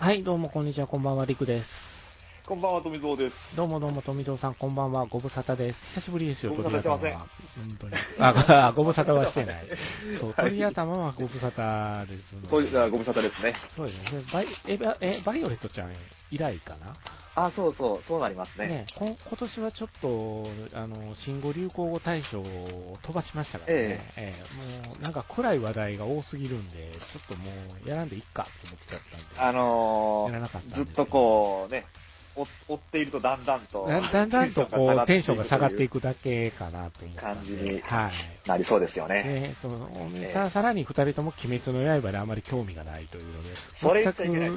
はい、どうもこんにちは、こんばんは、りくです。 こんばんは、富蔵です。 どうも富蔵さん、こんばんは、ご無沙汰です。久しぶりですよ、 ご無沙汰してません。 本当に。ご無沙汰はしてない。そう、鳥頭はご無沙汰ですので。 ご無沙汰ですね。 そうですね。バイオレットちゃん以来かな。 そうなりますね。 ね、今年はちょっと、新語・流行語大賞を飛ばしましたからね。もう、なんか暗い話題が多すぎるんで、ちょっともう、やらんでいいかと思っちゃったんで。やらなかったんですけど。 ずっとこう、ね、追っているとだんだんとこう、テンションが下がっていくだけかなと思ったんで。 感じにはい。 なりそうですよね。 で、さらに二人とも鬼滅の刃であまり興味がないというので。 それ言っちゃいけない。と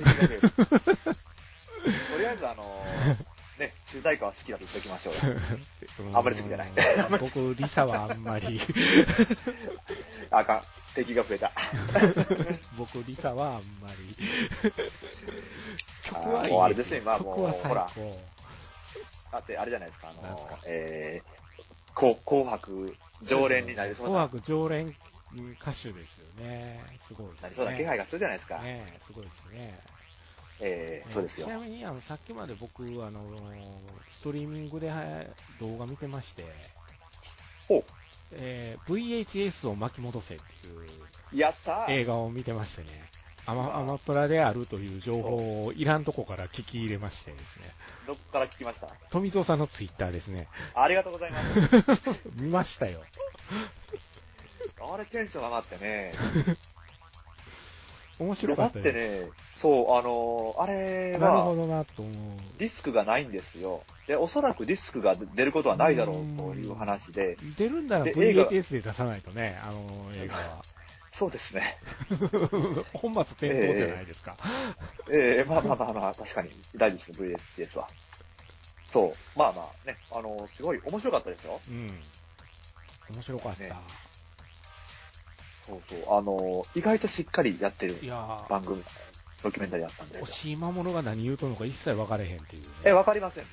りあえずね、主題歌は好きだと言っておきましょうよ。あんまり好きじゃない。 僕、リサはあんまり。 あかん。敵が増えた。 僕、リサはあんまり。曲はいいです。 もうあれですね、まあもう、ほら。だってあれじゃないですか、紅白常連になりそうな。 紅白常連歌手ですよね。すごいですね。 なりそうな気配がするじゃないですか。 ね、すごいですね。 そうですよ。 ちなみにさっきまで僕ストリーミングで動画見てまして、VHS を巻き戻せっていう映画を見てましてね、アマプラであるという情報をいらんとこから聞き入れましてですね。 どこから聞きました？ 富蔵さんのツイッターですね。 ありがとうございます。 見ましたよ。 あれテンション上がってね。 面白かったです。 だってね、そう、あれなるは、 ほどなと思う。 ディスクがないんですよ。で、おそらくディスクが出ることはないだろうという話で。 出るんなら VHS で出さないとね、映画は。 そうですね。 本末転倒じゃないですか。 まあ、確かに大事ですね、VHS は。そう。まあまあね、すごい面白かったですよ。 うん。面白かった。ね、 意外としっかりやってる番組、ドキュメンタリーだったんですよ。 押井守が何言うとんのか一切分かれへんっていうね。 分かりませんね。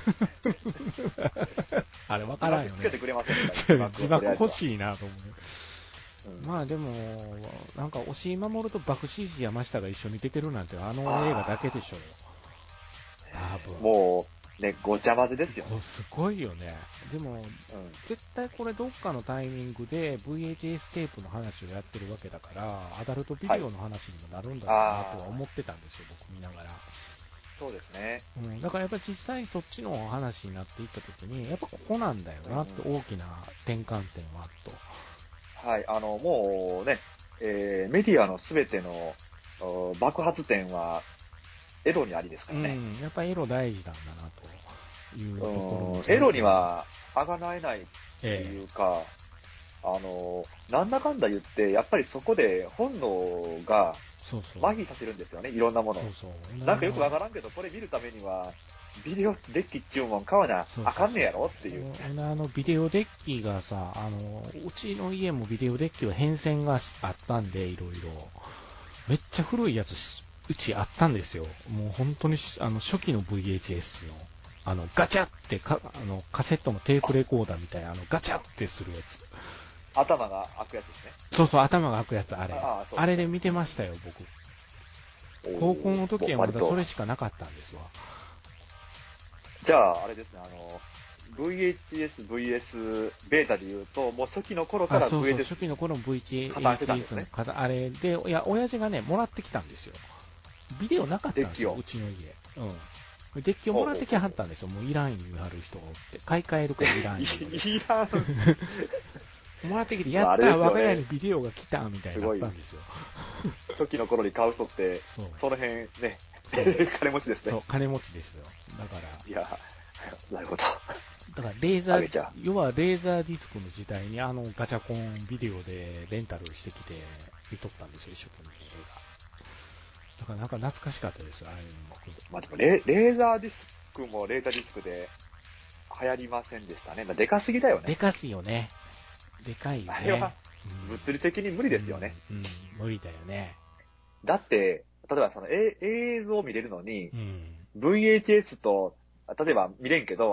あれ分からんよね。 字幕つけてくれませんか？ 字幕欲しいなと思う。まあでも、なんか押井守と爆死士山下が一緒に出てるなんて映画だけでしょう。多分。 もう、ね、ごちゃ混ぜですよね。 すごいよね。でも、絶対これどっかのタイミングで VHS テープの話をやってるわけだから、アダルトビデオの話にもなるんだろうなとは思ってたんですよ、僕見ながら。 そうですね。 だからやっぱり実際そっちの話になっていったときに、やっぱここなんだよなって大きな転換点はと。 はい、もうね、メディアのすべての爆発点はエロにありですからね。 やっぱりエロ大事なんだなというところエロにはあがなえないっていうか、なんだかんだ言って、やっぱりそこで本能が麻痺させるんですよね、いろんなもの。なんかよくわからんけど、これ見るためには、ビデオデッキっちゅうもん買わなあかんねやろっていう。 ビデオデッキがさ、うちの家もビデオデッキは変遷があったんで、いろいろ。めっちゃ古いやつ、うちあったんですよ。もう本当に、初期の VHS の、ガチャってカセットのテープレコーダーみたいな、ガチャってするやつ。 頭が開くやつですね。 そうそう、頭が開くやつ、あれ。あれで見てましたよ、僕。高校の時はまだそれしかなかったんですわ。 じゃあ、あれですね、VHS、VS、ベータで言うと、もう初期の頃から VHS。 そう、初期の頃の VHS のあれで、いや、親父がね、もらってきたんですよ。ビデオなかったんですよ、うちの家。デッキをもらってきはったんですよ。もういらん言うはる人がおって。買い替えるからいらん言う。 いらん。 もらってきて、やったー、我が家にビデオが来たみたいになったんですよ。 初期の頃に買う人って、その辺ね、金持ちですね。 そう、金持ちですよ。だから。 いや、なるほど。 だから要はレーザーディスクの時代にガチャコンビデオでレンタルしてきて見とったんですよ、一生懸命映画。だからなんか懐かしかったです、ああいうのも。 まあでもレーザーディスクもレーザーディスクで流行りませんでしたね。まあ、でかすぎだよね。 でかすよね。でかいよね。 あれは物理的に無理ですよね。 無理だよね。 だって、例えばその映像を見れるのに、VHS と、例えば見れんけど、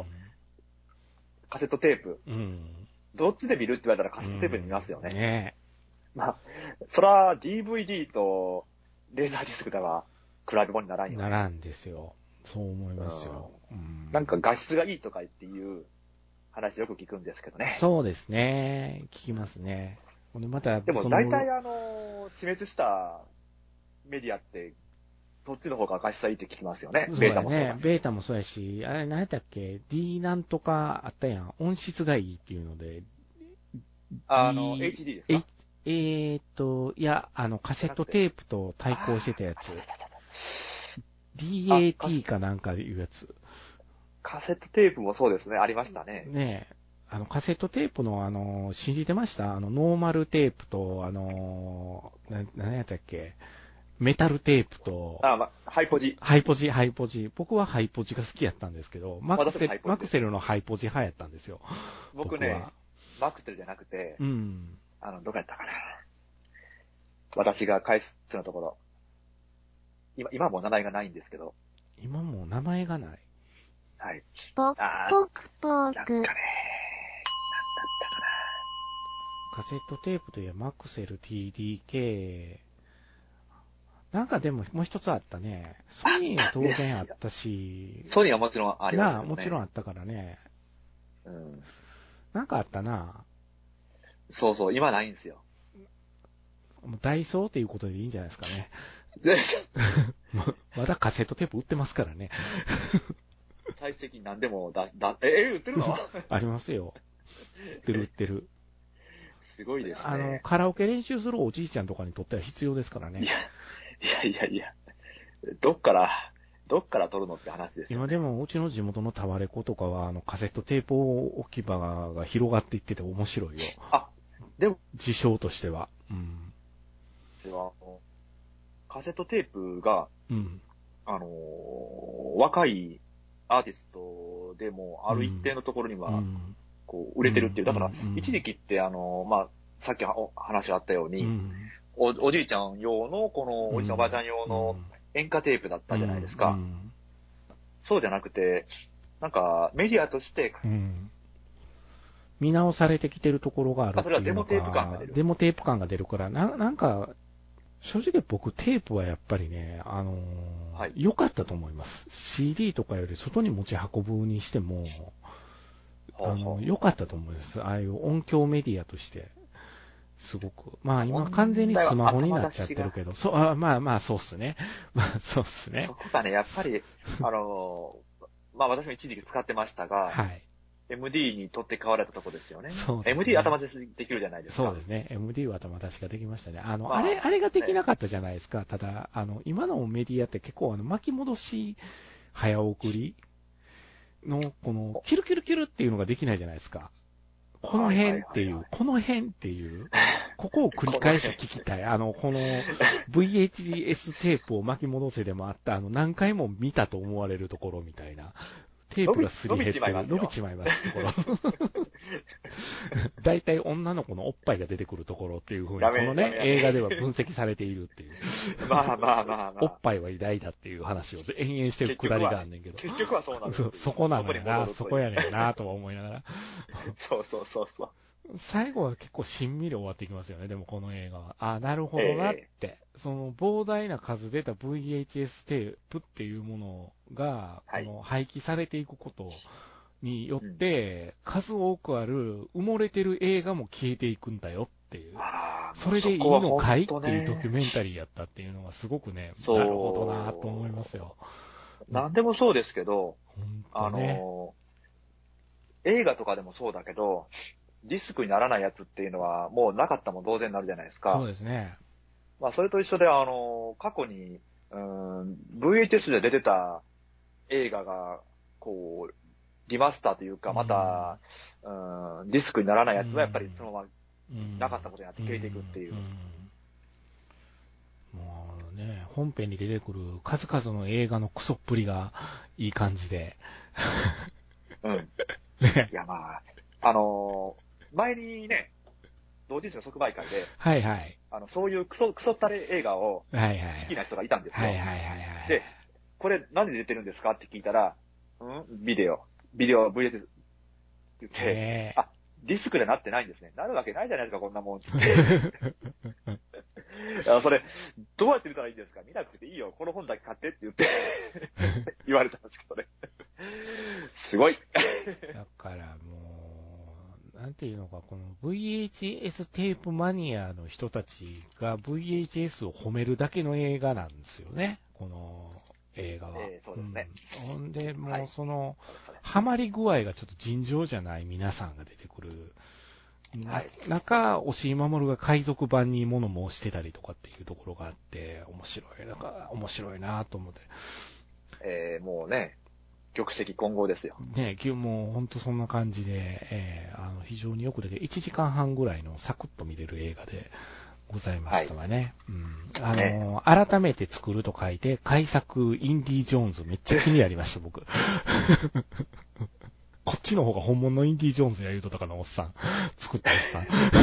カセットテープ、どっちで見るって言われたらカセットテープで見ますよね。 ね。 まあ、そら DVD とレーザーディスクでは比べ物にならんよ、ね。 ならんですよ。そう思いますよ。 なんか画質がいいとかっていう話よく聞くんですけどね。 そうですね。聞きますね。またでも大体死滅したメディアって、そっちの方が画質がいいって聞きますよね。ベータもそうだし。 ベータもそうやし、あれ何やったっけ ?D なんとかあったやん。音質がいいっていうので。 HD ですか？ いや、カセットテープと対抗してたやつ。DAT かなんかいうやつ。 カセットテープもそうですね、ありましたね。 ねえ。カセットテープの信じてましたノーマルテープと、何やったっけメタルテープと、 ハイポジ。 ハイポジ。僕はハイポジが好きやったんですけど、マクセルのハイポジ派やったんですよ。 僕ね、マクセルじゃなくて、どこやったかな。私が開発のところ。今はもう名前がないんですけど。 今もう名前がない。 はい。 ポクポク。なんかね、なんだったかな。 カセットテープといえばマクセル TDK。なんかでももう一つあったね。ソニーは当然あったし。 ソニーはもちろんありましたね。 もちろんあったからね。 うん。 なんかあったな。 そうそう、今ないんですよ。 もうダイソーっていうことでいいんじゃないですかね。まだカセットテープ売ってますからね。 最終的に何でも売ってるの？ ありますよ。売ってる。 すごいですね。 カラオケ練習するおじいちゃんとかにとっては必要ですからね。 いや。どっから撮るのって話ですよ、ね。 今でもうちの地元のタワレコとかはカセットテープ置き場が広がっていってて面白いよ。 でも事象としては。 カセットテープが、若いアーティストでもある一定のところには、売れてるっていう。だから、一時期って、さっき話があったように、おじいちゃん用の、おじいちゃんおばあちゃん用の演歌テープだったじゃないですか。そうじゃなくて、なんか、メディアとして、 見直されてきてるところがあるっていうのか。 それはデモテープ感が出る。 デモテープ感が出るから、なんか、正直僕テープはやっぱりね、良かったと思います。CD とかより外に持ち運ぶにしても、良かったと思います。ああいう音響メディアとして。すごく。今完全にスマホになっちゃってるけど、そうっすね。そうっすね。 そこがね、やっぱり、私も一時期使ってましたが、 はい。 MD に取って代わられたとこですよね。 そうですね。 MD 頭でできるじゃないですか。 そうですね。MD は頭出しができましたね。あれができなかったじゃないですか。ただ、今のメディアって結構巻き戻し、早送りの、キルっていうのができないじゃないですか。この辺っていう、ここを繰り返し聞きたい。この VHS テープを巻き戻せでもあった、何回も見たと思われるところみたいな。テープがすり減ってる。伸びちまいますところ。大体女の子のおっぱいが出てくるところっていう風に、このね、映画では分析されているっていう。おっぱいは偉大だっていう話を延々してるくだりがあんねんけど。 結局はそうなんです。 そこなんだよな、そこやねんな、とは思いながら。 そう。 最後は結構しんみり終わっていきますよね、でもこの映画は。なるほどなって。その膨大な数出た VHS テープっていうものが、廃棄されていくことによって、数多くある埋もれてる映画も消えていくんだよっていう。それでいいのかいっていうドキュメンタリーやったっていうのがすごくね、なるほどなと思いますよ。 なんでもそうですけど、映画とかでもそうだけど、ディスクにならないやつっていうのはもうなかったも同然になるじゃないですか。 そうですね。 それと一緒で、過去に、VHS で出てた映画が、リマスターというか、また、ディスクにならないやつはやっぱりそのまま、なかったことになって消えていくっていう。 もうね、本編に出てくる数々の映画のクソっぷりがいい感じで。 いや前にね、同人誌の即売会で、そういうクソったれ映画を好きな人がいたんですよ。で、これ何で出てるんですかって聞いたら、ビデオ VHS って言って、ディスクでなってないんですね。なるわけないじゃないですか、こんなもんつって。 それ、どうやって見たらいいんですか？見なくていいよ。この本だけ買ってって言って言われたんですけどね。すごい。 だからもう、なんていうのか、この VHS テープマニアの人たちが VHS を褒めるだけの映画なんですよね。この映画は。 そうですね。 ほんで、もうその、ハマり具合がちょっと尋常じゃない皆さんが出てくる。 はい。 中、押井守が海賊版に物申してたりとかっていうところがあって、面白いなと思って。 もうね、玉石混合ですよ。 ね、もう本当そんな感じで、非常によく出て、1時間半ぐらいのサクッと見れる映画でございましたわね。はい、改めて作ると書いて、改作インディ・ジョーンズめっちゃ気になりました、僕。こっちの方が本物のインディ・ジョーンズや言うとったかな、おっさん。作ったおっさん。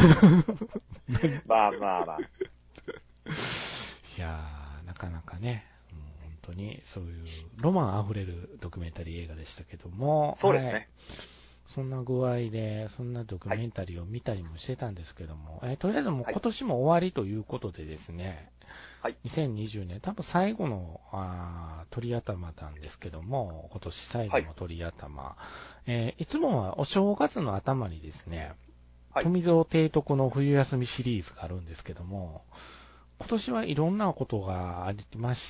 まあまあまあ。 いやー、なかなかね、本当にそういうロマンあふれるドキュメンタリー映画でしたけども、 そうですね。はい、 そんな具合で、そんなドキュメンタリーを見たりもしてたんですけども、とりあえずもう今年も終わりということでですね、はい、2020年、多分最後の鳥頭なんですけども、今年最後の鳥頭、はい、いつもはお正月の頭にですね、はい、富蔵提督の冬休みシリーズがあるんですけども、今年はいろんなことがありまして、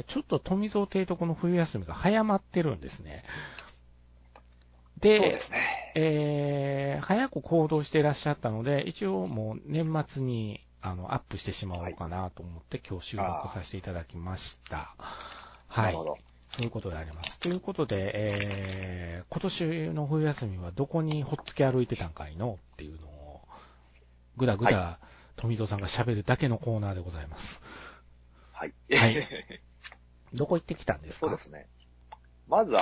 ちょっと富蔵提督の冬休みが早まってるんですね。で、 そうですね。 早く行動していらっしゃったので、一応もう年末にアップしてしまおうかなと思って、今日収録させていただきました。はい。なるほど。そういうことであります。ということで、今年の冬休みはどこにほっつき歩いてたんかいのっていうのを、ぐだぐだ富蔵さんが喋るだけのコーナーでございます。 はい。 はい。どこ行ってきたんですか？ そうですね。まず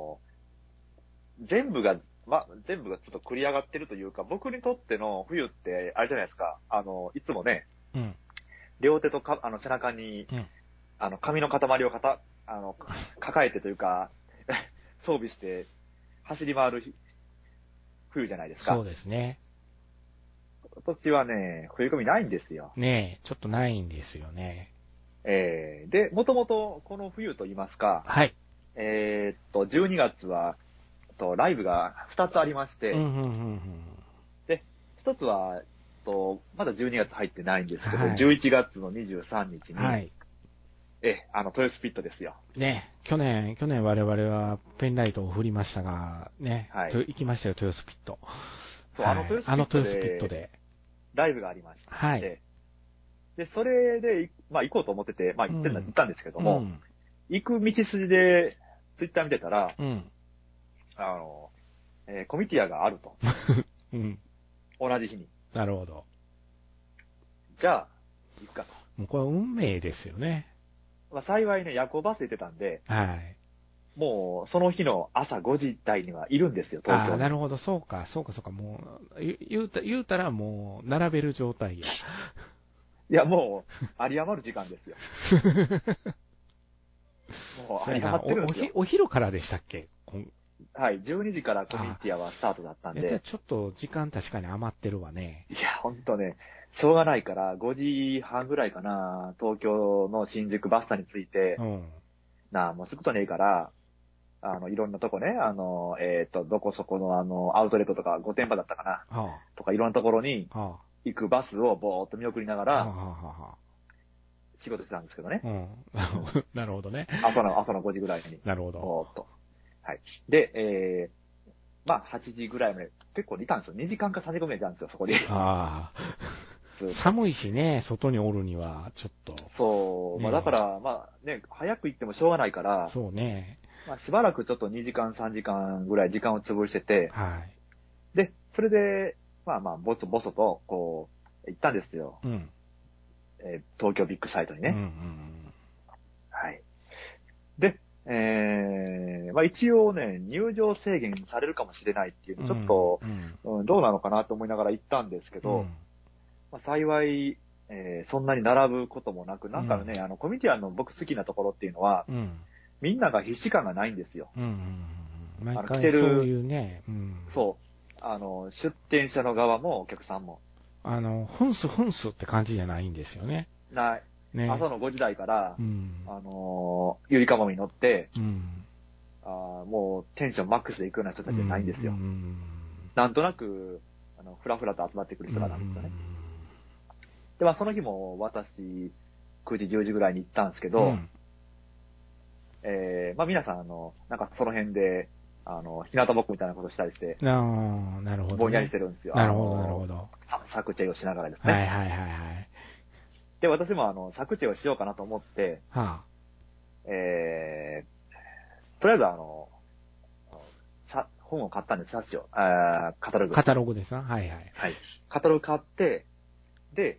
全部がちょっと繰り上がってるというか、僕にとっての冬って、あれじゃないですか、いつもね、両手と背中に、紙の塊を抱えてというか、装備して走り回る冬じゃないですか。 そうですね。 今年はね、冬込みないんですよ。 ねえ、ちょっとないんですよね。 で、もともとこの冬と言いますか、 はい。 12月は、ライブが2つありまして、で、1つは、まだ12月入ってないんですけど、はい、11月の23日に、はい、豊洲ピットですよ。 ね、去年我々はペンライトを振りましたが、ね、はい、行きましたよ、豊洲ピット。 そう、はい、豊洲ピットで、ライブがありまして、はい、で、それで、行こうと思ってて、行ったんですけども、行く道筋で、ツイッター見てたら、コミティアがあると。同じ日に。 なるほど。 じゃあ、行くかと。 もうこれは運命ですよね。 幸いね、夜行バスで行ってたんで、 はい。 もう、その日の朝5時台にはいるんですよ、東京に。 なるほど、そうか。もう、言うたらもう、並べる状態や。 いや、もう、有り余る時間ですよ。もう、有り余ってるんですよ。 お昼からでしたっけ？ はい、12時からコミティアはスタートだったんで。 ちょっと時間確かに余ってるわね。 いや、ほんとね、しょうがないから、5時半ぐらいかな、東京の新宿バスタに着いて、もうすぐとねえから、いろんなとこね、どこそこのアウトレットとか御殿場だったかな、とかいろんなところに行くバスをぼーっと見送りながら、仕事してたんですけどね。 なるほどね。 朝の5時ぐらいに。 なるほど。 ぼーっと。はい。で、8時ぐらいまで結構いたんですよ。2時間か3時間ぐらいいたんですよ、そこで。 寒いしね、外におるには、ちょっと。 そう。だから、早く行ってもしょうがないから。 そうね。 しばらくちょっと2時間、3時間ぐらい時間を潰してて。 はい。 で、それで、ぼそぼそと、こう、行ったんですよ。東京ビッグサイトにね。はい。で、一応ね、入場制限されるかもしれないっていうのちょっと、どうなのかなと思いながら行ったんですけど、幸い、そんなに並ぶこともなく、なんかね、コミティアの僕好きなところっていうのは、みんなが必死感がないんですよ。 毎回そういうね。 そう。出店者の側もお客さんも。 ふんすって感じじゃないんですよね。 ない。 ね。 朝の5時台から、ゆりかもめに乗って、もうテンションマックスで行くような人たちじゃないんですよ。なんとなく、ふらふらと集まってくる人がなんですよね。で、その日も私、9時、10時ぐらいに行ったんですけど、皆さん、なんかその辺で、日向ぼっこみたいなことしたりして、 なるほど、ね。 ぼんやりしてるんですよ。 なるほど、なるほど。 作チェをしながらですね。 はいはいはいはい。 で、私も作チェをしようかなと思って、とりあえず本を買ったんです、冊子を。カタログ。 カタログですな。はいはい。 はい。カタログ買って、で、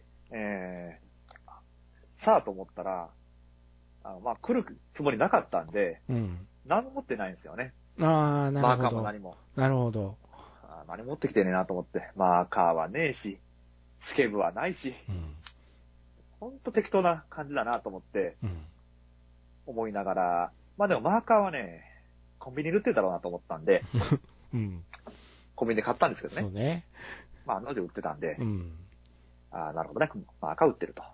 さあと思ったら、来るつもりなかったんで、何も持ってないんですよね。 なるほど。 マーカーも何も。 なるほど。 何持ってきてねえなと思って。マーカーはねえし、スケブはないし、ほんと適当な感じだなと思って、思いながら、でもマーカーはね、コンビニで売ってるだろうなと思ったんで、コンビニで買ったんですけどね。 そうね。 案の定売ってたんで、なるほどね、マーカー売ってると。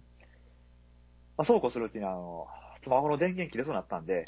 そうこうするうちにスマホの電源切れそうになったんで、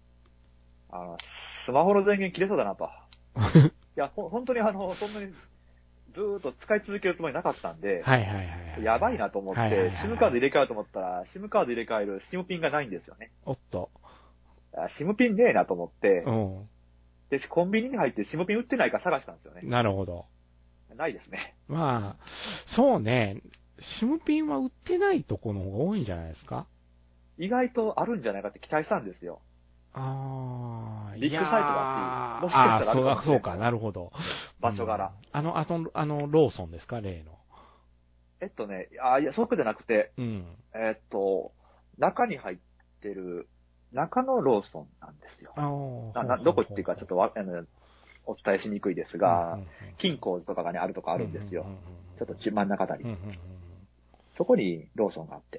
スマホの電源切れそうだなと。いや、本当にそんなにずーっと使い続けるつもりなかったんで、やばいなと思って、SIM カード入れ替えようと思ったら、SIM カード入れ替える SIM ピンがないんですよね。 おっと。 SIM ピンねえなと思って、で、コンビニに入って SIM ピン売ってないか探したんですよね。 なるほど。 ないですね。 そうね。SIM ピンは売ってないとこの方が多いんじゃないですか？ 意外とあるんじゃないかって期待したんですよ。ビッグサイトだし、もしかしたらあるかもしれない。 そうか、なるほど。 場所柄。 ローソンですか、例の。 いや、そうじゃなくて、中に入ってる、中のローソンなんですよ。どこっていうかちょっとお伝えしにくいですが、金光寺とかがね、あるとこあるんですよ。ちょっと真ん中あたり。そこにローソンがあって。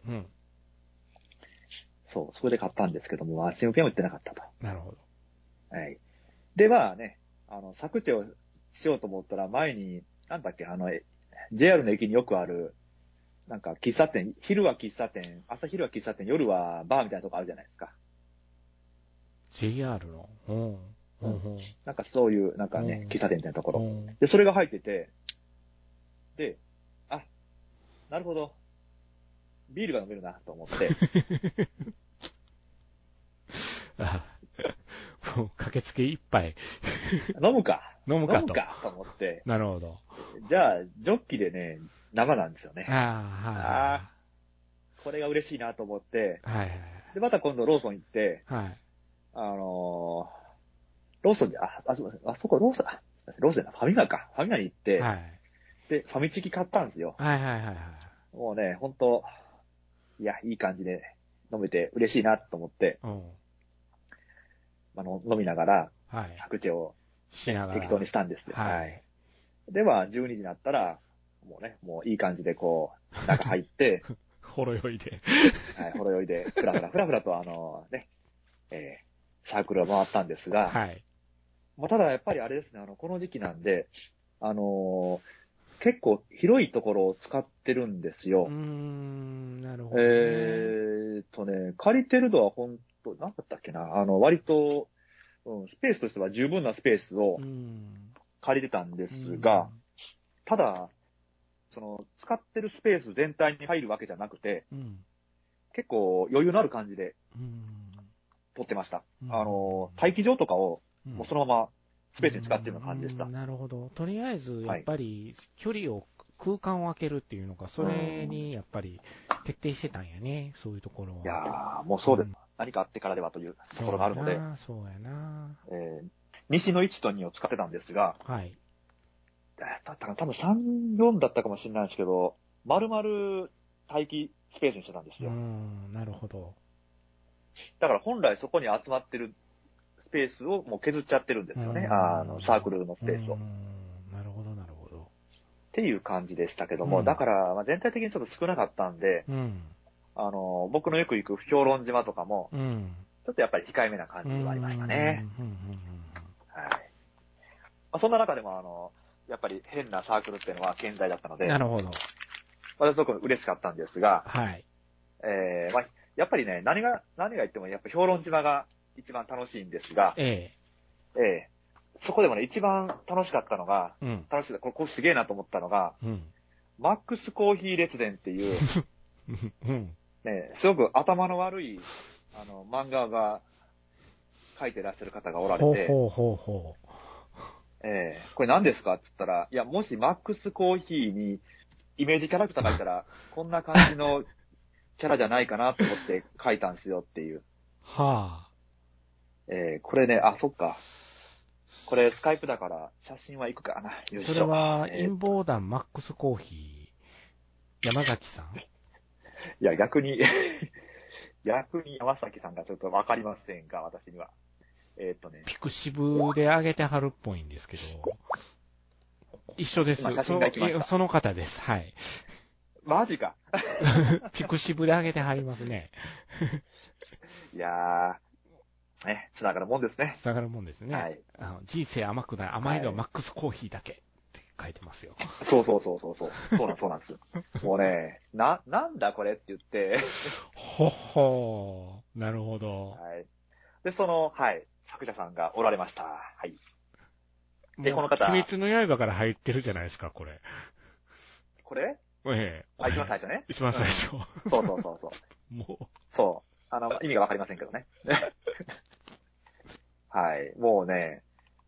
そこで買ったんですけども、SIM ピン売ってなかったと。 なるほど。 はい。で、作チェをしようと思ったら、前に、なんだっけ、JR の駅によくある、なんか喫茶店、昼は喫茶店、朝昼は喫茶店、夜はバーみたいなとこあるじゃないですか。 JR のなんかそういう、なんかね、喫茶店みたいなところ。で、それが入ってて、で、なるほど。ビールが飲めるな、と思って。 もう駆けつけ一杯。 飲むかと思って。 なるほど。 じゃあ、ジョッキでね、生なんですよね。これが嬉しいなと思って。で、また今度ローソン行って、ローソンで、そこローソンじゃない、ファミマか。ファミマに行って、で、ファミチキ買ったんですよ。もうね、ほんと、いや、いい感じで飲めて嬉しいなと思って、飲みながら、作チェを適当にしたんですよ。で、12時になったら、もういい感じで中入って、 ほろ酔いで。 ほろ酔いで、ふらふらとサークルを回ったんですが、ただやっぱりあれですね、この時期なんで、結構広いところを使ってるんですよ。 なるほど、ね。 借りてるのは本当、なんだったっけな、割と、スペースとしては十分なスペースを借りてたんですが、ただ、使ってるスペース全体に入るわけじゃなくて、結構余裕のある感じで、撮ってました。待機場とかを、もうそのまま、スペースに使ってるような感じでした。 なるほど。とりあえず、やっぱり、空間を空けるっていうのが、それに、やっぱり、徹底してたんやね、そういうところは。 いやー、もうそうです。何かあってからではというところがあるので。 そうやな。 西の1と2を使ってたんですが、だったかな、多分3、4だったかもしれないですけど、丸々待機スペースにしてたんですよ。 なるほど。 だから本来そこに集まってるスペースをもう削っちゃってるんですよね。サークルのスペースを。 なるほど、なるほど。 っていう感じでしたけども、だから、全体的にちょっと少なかったんで、僕のよく行く評論島とかも、ちょっとやっぱり控えめな感じはありましたね。そんな中でも、 やっぱり変なサークルっていうのは健在だったので、 なるほど。 私すごく嬉しかったんですが、 はい。 まあ、やっぱりね、何が言ってもやっぱ評論島が一番楽しいんですが、そこでもね、一番楽しかったのが、これすげえなと思ったのが、マックスコーヒー列伝っていう、ね、すごく頭の悪い、漫画が書いてらっしゃる方がおられて、これ何ですかって言ったら、いや、もしマックスコーヒーにイメージキャラクターがいたら、こんな感じのキャラじゃないかなと思って書いたんですよっていう。 はあ。 これね、そっか。これスカイプだから写真は行くかな。よいしょ。 それは陰謀団マックスコーヒー、山崎さん？いや、逆に山崎さんがちょっとわかりませんが、私には。 ピクシブで上げてはるっぽいんですけど、一緒です。 写真が来ました。 その方です。はい。 マジか。 ピクシブで上げてはりますね。 いやー、ね、つながるもんですね。 つながるもんですね。はい。人生甘くない、甘いのはマックスコーヒーだけって書いてますよ。 そう。そうなんです。もうね、なんだこれって言って。 ほほー。なるほど。 はい。で、作者さんがおられました。はい。 で、この方。鬼滅の刃から入ってるじゃないですか、これ。 これ？ 一番最初ね。 一番最初。 そう。 もう。 そう。意味がわかりませんけどね。はい。もうね、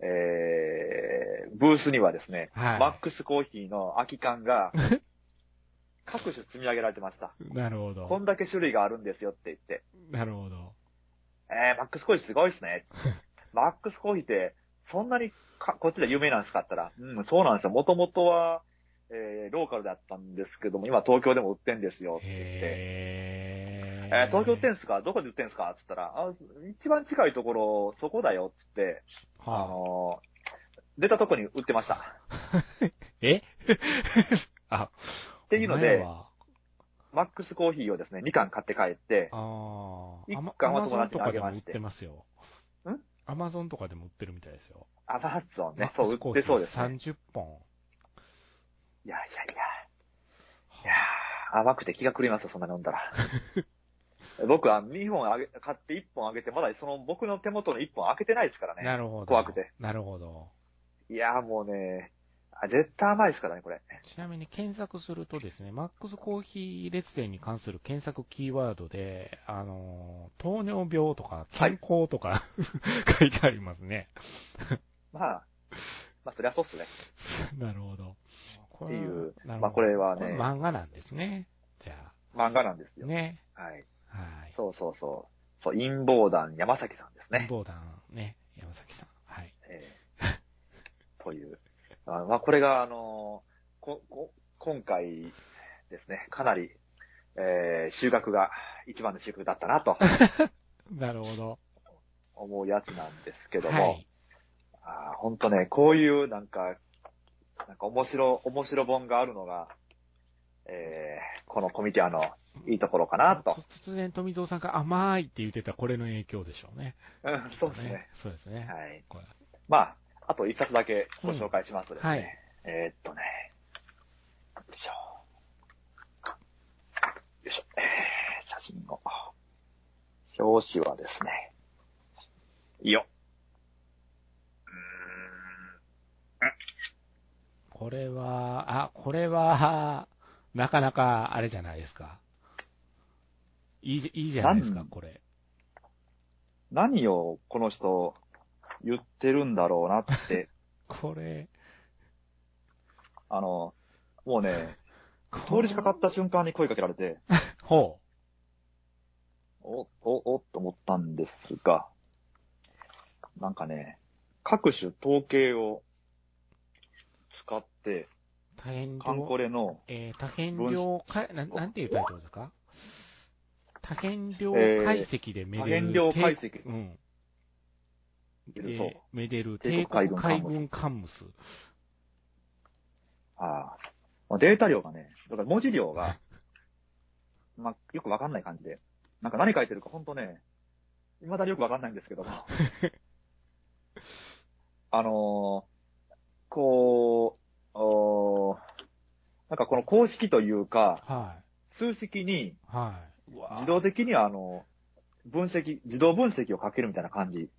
ブースにはですね、マックスコーヒーの空き缶が、各種積み上げられてました。 なるほど。 こんだけ種類があるんですよって言って。 なるほど。 マックスコーヒーすごいっすね。マックスコーヒーって、そんなにこっちで有名なんですかって言ったら、そうなんですよ。もともとは、ローカルだったんですけども、今東京でも売ってんですよって言って。東京売ってんすか？どこで売ってんすかって言ったら、一番近いところ、そこだよって言って、出たとこに売ってました。っていうので、マックスコーヒーをですね、2缶買って帰って、1缶は友達にあげまして。 アマゾンとかでも売ってるみたいですよ。 アマゾンね、そう、売ってそうですね。 30本。 いや、甘くて気が狂いますよ、そんな飲んだら。僕は2本買って1本あげて、まだ僕の手元の1本開けてないですからね。 なるほど。 怖くて。 なるほど。 いや、もうね、絶対甘いですからね、これ。 ちなみに検索するとですね、マックスコーヒー列伝に関する検索キーワードで、糖尿病とか健康とか、はい、書いてありますね。 まあ、そりゃそうっすね。 なるほど。 っていう、これはね。 漫画なんですね。じゃあ。 漫画なんですよ。 ね。 はい。 はい。 そう。陰謀団山崎さんですね。 陰謀団ね、山崎さん。はい。 という。これが、今回ですね、かなり、収穫が一番の収穫だったなと。 なるほど。 思うやつなんですけども。はい、ほんとね、こういうなんか面白本があるのが、このコミティアのいいところかなと。 突然富蔵さんが甘いって言ってたこれの影響でしょうね。 そうですね。 そうですね。 はい。まあ、あと一冊だけご紹介しますとですね。はい、よいしょ。写真の表紙はですね。いいよ。 これは、なかなかあれじゃないですか。いいじゃないですか、これ。 何をこの人言ってるんだろうなって。 これ。 もうね、通りしかかった瞬間に声かけられて。 ほう。おっと思ったんですが、なんかね、各種統計を使って、カンコレの、 多変量なんていうタイトルですか？多変量解析でめでる。 多変量解析。 うん。 そうめでる帝国海軍カンムス。 データ量がね、だから文字量が、よくわかんない感じで。なんか何書いてるかほんとね、未だによくわかんないんですけども。 なんかこの公式というか、 はい。 数式に、 はい。 自動的に自動分析をかけるみたいな感じ。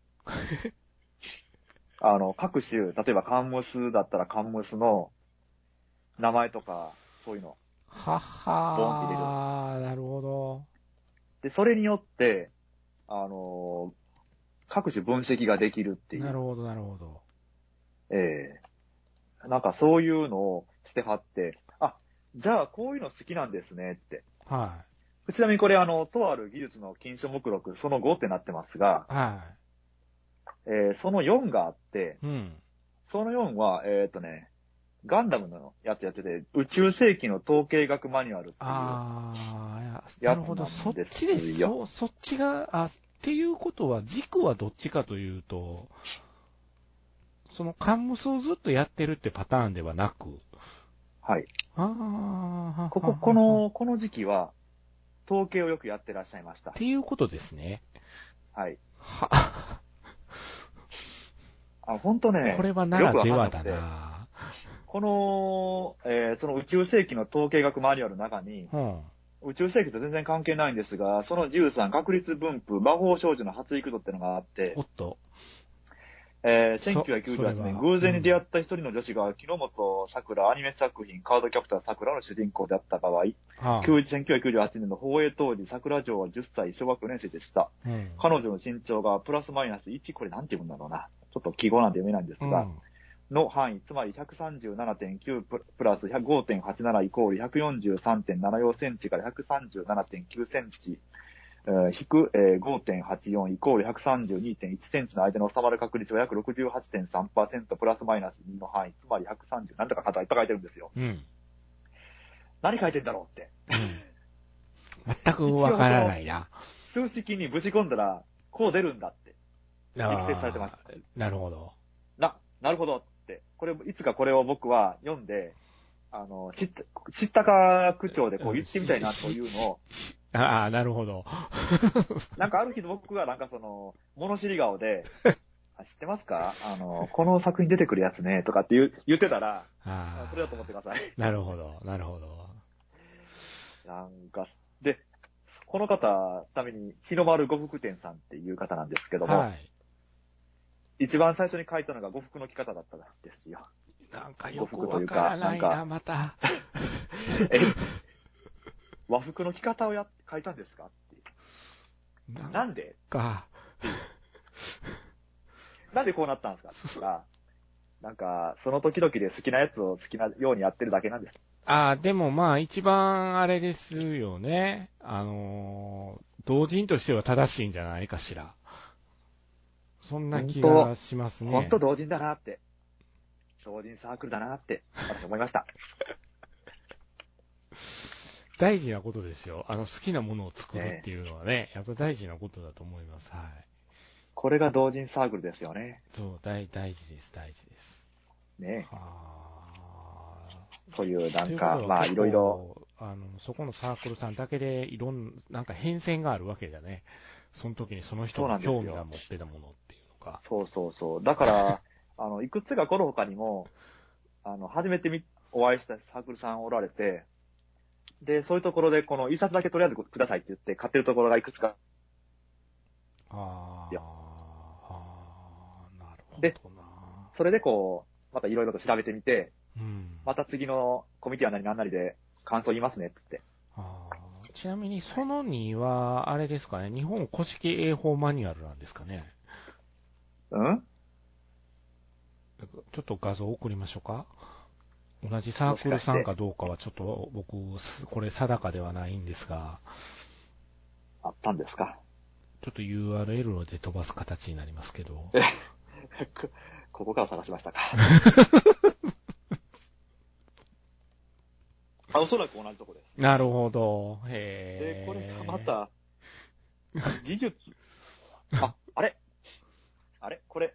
各種、例えばカンムスだったらカンムスの名前とか、そういうの。 ははー。ボンって入れる。なるほど。 で、それによって、各種分析ができるっていう。 なるほど、なるほど。 なんかそういうのをしてはって、あ、じゃあこういうの好きなんですねって。 はい。 ちなみにこれとある技術の禁書目録、その5ってなってますが、 はい。 その4があって、 うん。 その4は、ガンダムのやつやってて、宇宙世紀の統計学マニュアルっていう。 ああ、なるほど。そっちです。そっちが、っていうことは、軸はどっちかというと、そのカンムスをずっとやってるってパターンではなく。 はい。この時期は、統計をよくやってらっしゃいました。 っていうことですね。 はい。本当ね、 これはならではだな。 この、その宇宙世紀の統計学マニュアルの中に、宇宙世紀と全然関係ないんですが、その13、確率分布、魔法少女の発育度ってのがあって、 おっと。 1998年、偶然に出会った一人の女子が、木之本桜アニメ作品、カードキャプター桜の主人公であった場合、1998年の放映当時、桜城は10歳、小学4年生でした。彼女の身長がプラスマイナス1、これなんて読むんだろうな。ちょっと記号なんで読めないんですが、の範囲、つまり 137.9 プラス 5.87 イコール 143.74 センチから 137.9 センチ、引く 5.84 イコール 132.1 センチの間に収まる確率は約 68.3% プラスマイナス2の範囲、つまり130、なんとかいっぱい書いてるんですよ。何書いてんだろうって。 全くわからないな。 数式にぶち込んだら、こう出るんだって。力説されてます。 なるほど。 なるほどって。いつかこれを僕は読んで、知ったか口調でこう言ってみたいなというのを、 なるほど。 なんかある日僕が物知り顔で、知ってますかこの作品出てくるやつね、とかって言ってたら、それだと思ってください。 なるほど、なるほど。 で、この方、ために、日の丸呉服店さんっていう方なんですけども、一番最初に書いたのが呉服の着方だったんですよ。 なんかよくわからないな、また。 和服の着方を書いたんですかって。なんでなんでこうなったんですかなんか、その時々で好きなやつを好きなようにやってるだけなんです。 でもまあ一番あれですよね。同人としては正しいんじゃないかしら。そんな気がしますね。 本当同人だなって。同人サークルだなって、私思いました。 大事なことですよ。好きなものを作るっていうのはね、やっぱ大事なことだと思います。はい。 これが同人サークルですよね。 そう、大事です、大事です。 ねえ。というなんか、まあいろいろ。 そこのサークルさんだけでなんか変遷があるわけだね。その時にその人の興味が持ってたものっていうのか。 そう。だから、いくつかこの他にも、初めてお会いしたサークルさんおられて、で、そういうところで、この一冊だけとりあえずくださいって言って買ってるところがいくつか。 なるほどな。 で、それでまたいろいろと調べてみて、また次のコミュニティは何々で感想言いますねって言って。 ちなみにその2は、あれですかね、日本古式英法マニュアルなんですかね。ちょっと画像送りましょうか。同じサークルさんかどうかはちょっと僕、これ定かではないんですが。 あったんですか。 ちょっと URL で飛ばす形になりますけど。 ここから探しましたか。おそらく同じとこです。 なるほど。 で、これがまた、技術。あれこれ。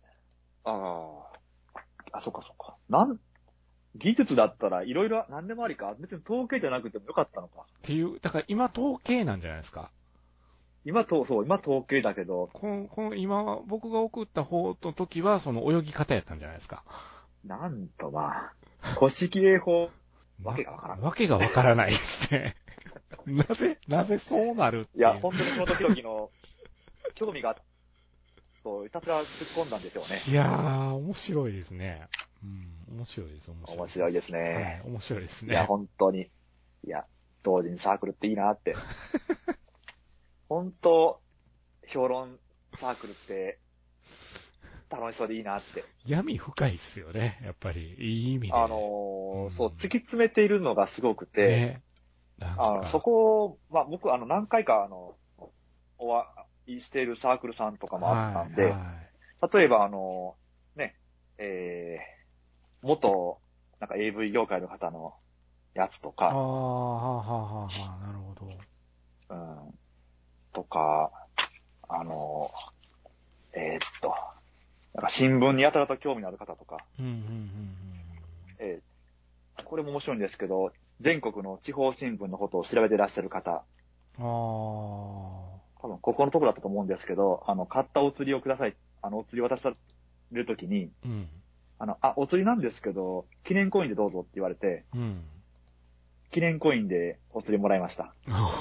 そっか。技術だったらいろいろ何でもありか。別に統計じゃなくてもよかったのか。 っていう、だから今統計なんじゃないですか。 今統計だけど。 今、僕が送った方の時は、その泳ぎ方やったんじゃないですか。 なんと古式英法わけがわからない。 わけがわからないですね。なぜそうなるっていう。 いや、本当にその時々の興味が、ひたすら突っ込んだんですよね。 いやー、面白いですね。面白いです。 面白いですね。 はい、面白いですね。 いや、本当に。いや、同人サークルっていいなって。本当、評論サークルって楽しそうでいいなって。 闇深いっすよね、やっぱり。いい意味で。 そう、突き詰めているのがすごくて、 ね、 そこを、僕、何回か、お会いしているサークルさんとかもあったんで、例えば、ね、元、なんか AV 業界の方のやつとか、 なるほど。 とか、なんか新聞にやたらと興味のある方とか、これも面白いんですけど、全国の地方新聞のことを調べていらっしゃる方、多分ここのところだったと思うんですけど、買ったお釣りをください。お釣り渡されるときに、お釣りなんですけど、記念コインでどうぞって言われて、記念コインでお釣りもらいました。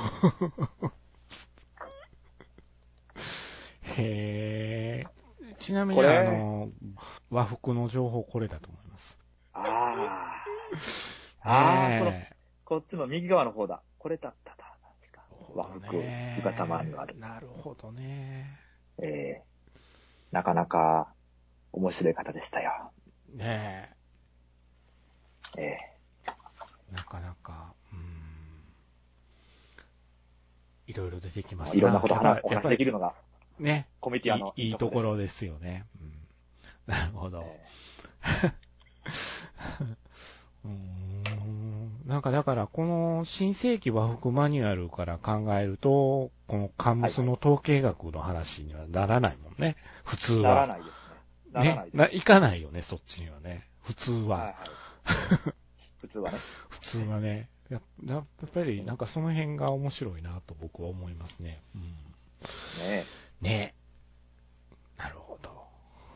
へー。ちなみに和服の情報これだと思います。 こっちの右側の方だ。これだったんですか。和服、浴衣マニュアル。 なるほどね。 なかなか面白い方でしたよ。 ねえ。なかなか、いろいろ出てきますね。 いろんなことお話できるのが、 ね。 コミティアのいいところですよね。なるほど。なんかだからこの新世紀和服マニュアルから考えると、このカンムスの統計学の話にはならないもんね。普通は。 ならないですね。ならないですね。 いかないよね、そっちにはね。普通は。 普通はね。 普通はね。やっぱりなんかその辺が面白いなと僕は思いますね。ねえ。なるほど。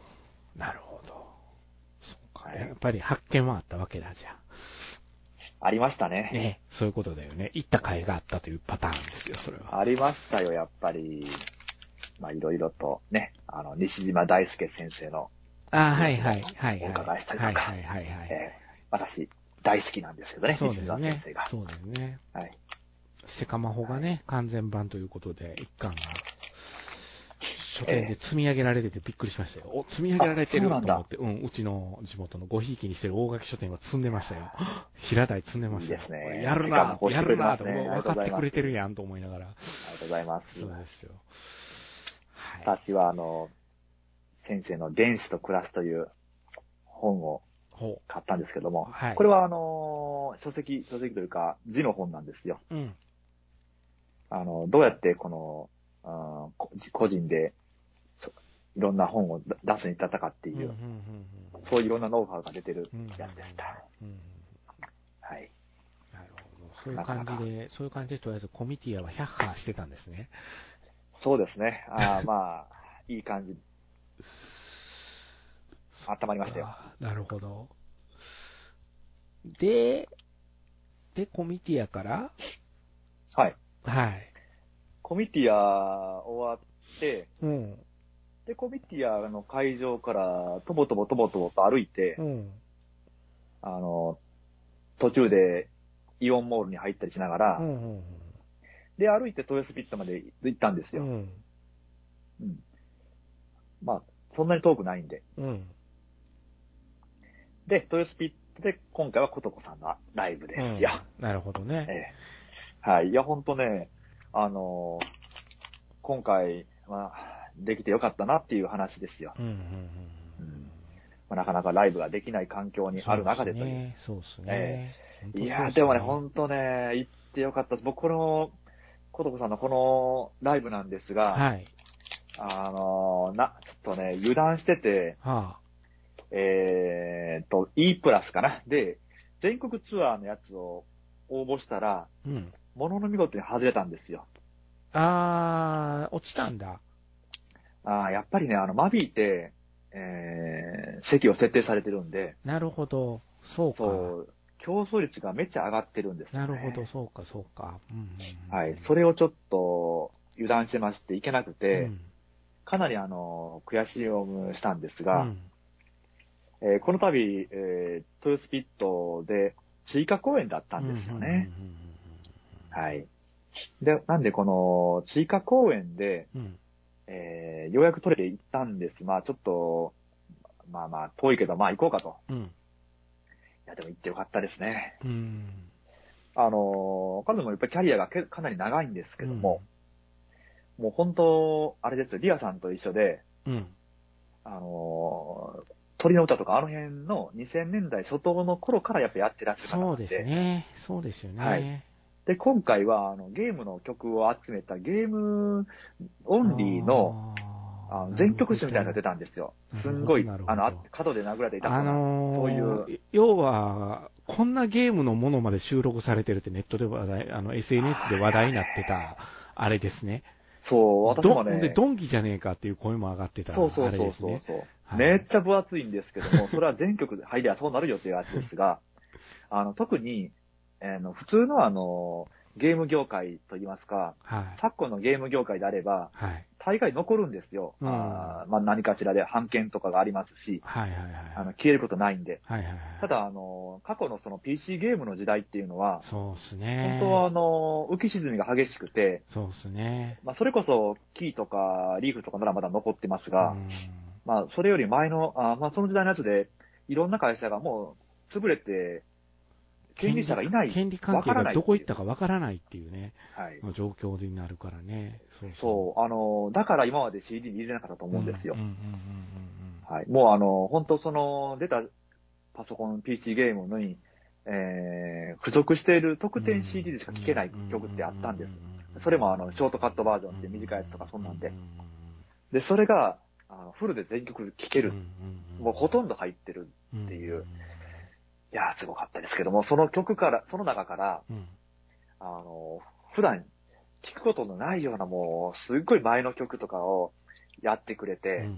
そうか。やっぱり発見はあったわけだじゃん。 ありましたね。 ね、そういうことだよね。行った甲斐があったというパターンですよ、それは。 ありましたよ、やっぱり。いろいろとね、西島大輔先生の。 お伺いしたりとか。私、大好きなんですけどね、西島先生が。 そうですね。セカマホがね、完全版ということで、一巻が、書店で積み上げられててびっくりしましたよ。積み上げられてると思って、うちの地元のごひいきにしてる大垣書店は積んでましたよ。平台積んでましたよ。いいですね。やるなと、分かってくれてるやんと思いながら。ありがとうございます。 そうですよ。 私は先生の原子と暮らすという本を買ったんですけども、これは書籍というか字の本なんですよ。どうやって個人でいろんな本を出すに至ったかっていう、そういういろんなノウハウが出てるやつでした。はい。 なるほど。そういう感じでとりあえずコミティアは100波してたんですね。 そうですね。いい感じ。温まりましたよ。 なるほど。で、コミティアからはい。コミティア終わって、で、コミティアの会場からとぼとぼと歩いて、途中でイオンモールに入ったりしながら、で、歩いて豊洲ピットまで行ったんですよ。そんなに遠くないんで。で、豊洲ピットで今回はことこさんのライブですよ。 なるほどね。 はい。いや、ほんとね、今回はできてよかったなっていう話ですよ。なかなかライブができない環境にある中でという。 そうですね。 いや、でもね、ほんとね、行ってよかったです。僕、ことこさんのこのライブなんですが、ちょっとね、油断してて、E プラスかな。で、全国ツアーのやつを応募したら、ものの見事に外れたんですよ。 落ちたんだ。 やっぱりね、マビーって、席を設定されてるんで。 なるほど。そうか。 競争率がめっちゃ上がってるんですよね。 なるほど、そうか、そうか。 はい。それをちょっと油断してましていけなくて、かなり悔しい思いをしたんですが、この度、豊洲ピットで追加公演だったんですよね。はい。で、なんでこの追加公演で、ようやく取れていったんです。まあちょっと、まあ遠いけど、まあ行こうかと。いや、でも行ってよかったですね。彼女もやっぱりキャリアがかなり長いんですけども、もう本当、あれですよ、リアさんと一緒で、鳥の歌とかあの辺の2000年代初頭の頃からやっぱやってらっしゃる方なんで。 そうですね。そうですよね。 はい。で、今回はゲームの曲を集めたゲームオンリーの全曲集みたいなのが出たんですよ。すんごい、角で殴られていたそうな、そういう。 要は、こんなゲームのものまで収録されてるってネットで話題、SNS で話題になってた、あれですね。 そう、私もね。 で、ドンキじゃねえかっていう声も上がってた、あれですね。 そう。めっちゃ分厚いんですけども、それは全曲で入りゃそうなるよっていうやつですが、特に、普通のゲーム業界といいますか、昨今のゲーム業界であれば、大概残るんですよ。まあ何かしらで版権とかがありますし、消えることないんで。ただ、過去のその PC ゲームの時代っていうのは、 そうですね。 本当は浮き沈みが激しくて、 そうですね。 まあそれこそキーとかリーフとかならまだ残ってますが、まあそれより前の、まあその時代のやつで、いろんな会社がもう潰れて、権利者がいない。 権利関係がどこ行ったかわからないっていうね。状況になるからね。 そう。だから今まで CD に入れなかったと思うんですよ。はい。もう本当出たパソコン PC ゲームに、付属している特典 CD でしか聴けない曲ってあったんです。それもショートカットバージョンって短いやつとかそんなんで。で、それが、フルで全曲聴ける。もうほとんど入ってるっていう。いやー、すごかったですけども、その中から、普段聴くことのないようなもう、すっごい前の曲とかをやってくれて、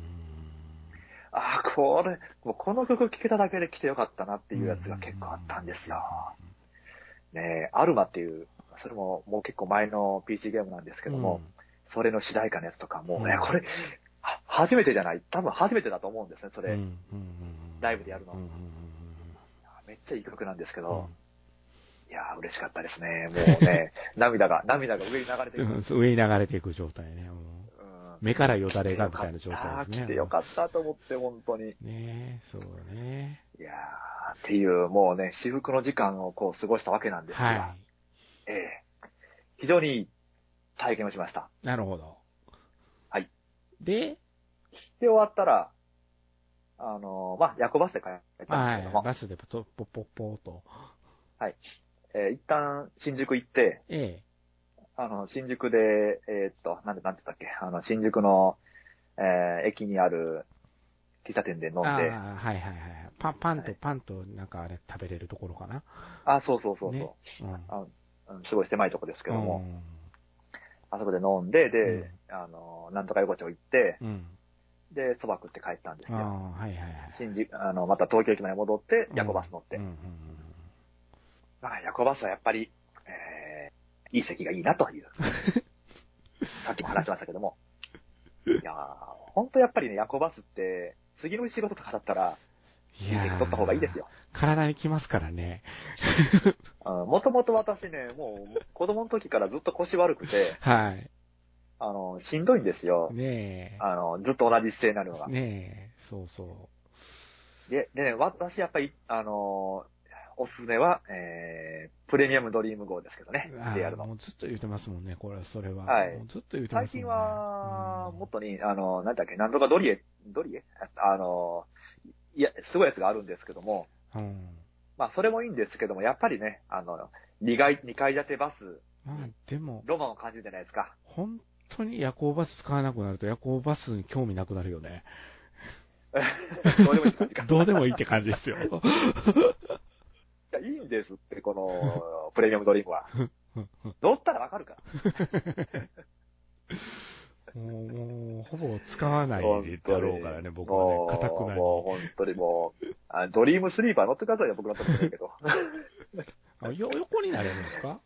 もうこの曲聴けただけで来てよかったなっていうやつが結構あったんですよ。ねえ、アルマっていう、それももう結構前の PC ゲームなんですけども、それの主題歌のやつとかもね、これ、初めてじゃない、多分初めてだと思うんですね、それ。ライブでやるの。めっちゃいい曲なんですけど、いやー、嬉しかったですね。もうね、涙が上に流れていく。 上に流れていく状態ね。目からよだれがみたいな状態ですね。 来てよかったと思って、本当に。 ねえ、そうね。 いやー、っていう、もうね、至福の時間を過ごしたわけなんですが、非常にいい体験をしました。 なるほど。 はい。 で、 終わったら、夜行バスで帰ったんですけども。 バスでポッと。 はい。一旦新宿行って、新宿で、なんて言ったっけ、新宿の、駅にある喫茶店で飲んで。 パンとなんかあれ食べれるところかな。 そう。ね、すごい狭いとこですけども。あそこで飲んで、で、なんとか横丁行って、で、蕎麦食って帰ったんですよ。新宿、また東京駅まで戻って、夜行バス乗って。夜行バスはやっぱり、いい席がいいなという。さっきも話しましたけども。いやー、ほんとやっぱりね、夜行バスって、次の仕事とかだったら、いい席取った方がいいですよ。 体にきますからね。 もともと私ね、もう子供の時からずっと腰悪くて、しんどいんですよ。 ねえ。 ずっと同じ姿勢になるのが。 ねえ、そうそう。 でね、私やっぱり、おすすめは、プレミアムドリーム号ですけどね。JR の。 もうずっと言ってますもんね、それは。 はい。 もうずっと言ってますもんね。 最近は、もっとに、なんだっけ、なんとかドリエいや、すごいやつがあるんですけども。まあ、それもいいんですけども、やっぱりね、2階建てバス。 でも、 ロマンを感じるじゃないですか。 本当に夜行バス使わなくなると夜行バスに興味なくなるよね。 どうでもいいって感じか。 どうでもいいって感じですよ。いや、いいんですって、この、プレミアムドリームは。乗ったらわかるから。 もう、ほぼ使わないだろうからね、僕はね、固くなに。 もう、本当にもう、ドリームスリーパー乗ってくださいよ、僕のところだけど。 横になれるんですか？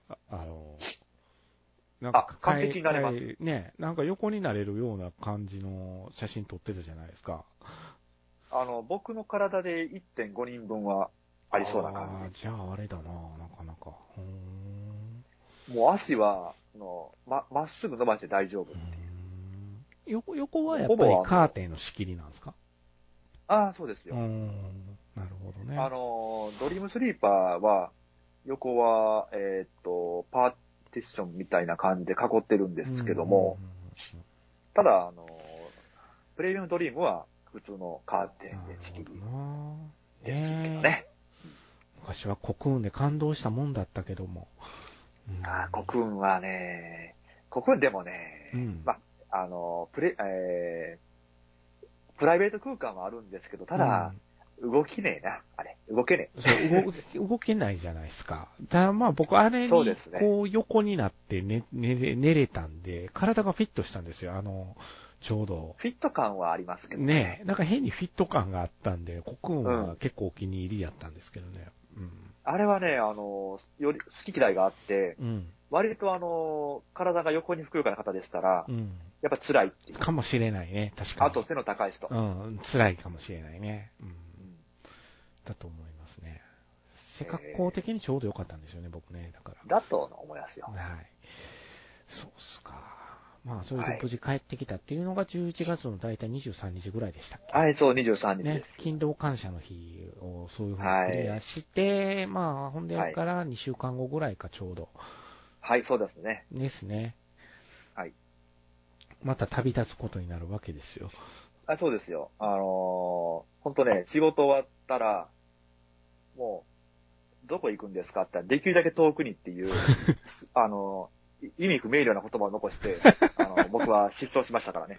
なんか完璧になれます。 ね、なんか横になれるような感じの写真撮ってたじゃないですか。 僕の体で 1.5 人分はありそうな感じ。 じゃああれだな、なかなか。 もう足は、まっすぐ伸ばして大丈夫っていう。 横はやっぱりカーテンの仕切りなんですか？ そうですよ。 なるほどね。 ドリームスリーパーは、横は、パーティションみたいな感じで囲ってるんですけども、ただ、プレミアムドリームは普通のカーテンで仕切りですけどね。 昔はコクーンで感動したもんだったけども。 コクーンはね、コクーンでもね、プライベート空間はあるんですけど、ただ、動きねえな、あれ。動けねえ。そう、動けないじゃないですか。僕、あれに、こう、横になって寝れたんで、体がフィットしたんですよ、ちょうど。 フィット感はありますけどね。なんか変にフィット感があったんで、コクーンは結構お気に入りやったんですけどね。 あれはね、より好き嫌いがあって、割と体が横にふくよかな方でしたら、やっぱ辛いっていう。 かもしれないね、確かに。 あと背の高い人。 辛いかもしれないね。だと思いますね。背格好的にちょうど良かったんですよね、僕ね。だから。 だと思いますよ。 はい。そうっすか。まあ、それで無事帰ってきたっていうのが11月の大体23日ぐらいでしたっけ？ はい、そう、23日です。 ね、勤労感謝の日をそういうふうにクリアして、まあ、ほんでから2週間後ぐらいか、ちょうど。 はい、そうですね。 ですね。 はい。 また旅立つことになるわけですよ。 そうですよ。ほんとね、仕事終わったら、もう、どこ行くんですかって言ったら、できるだけ遠くにっていう、意味不明瞭な言葉を残して、僕は失踪しましたからね。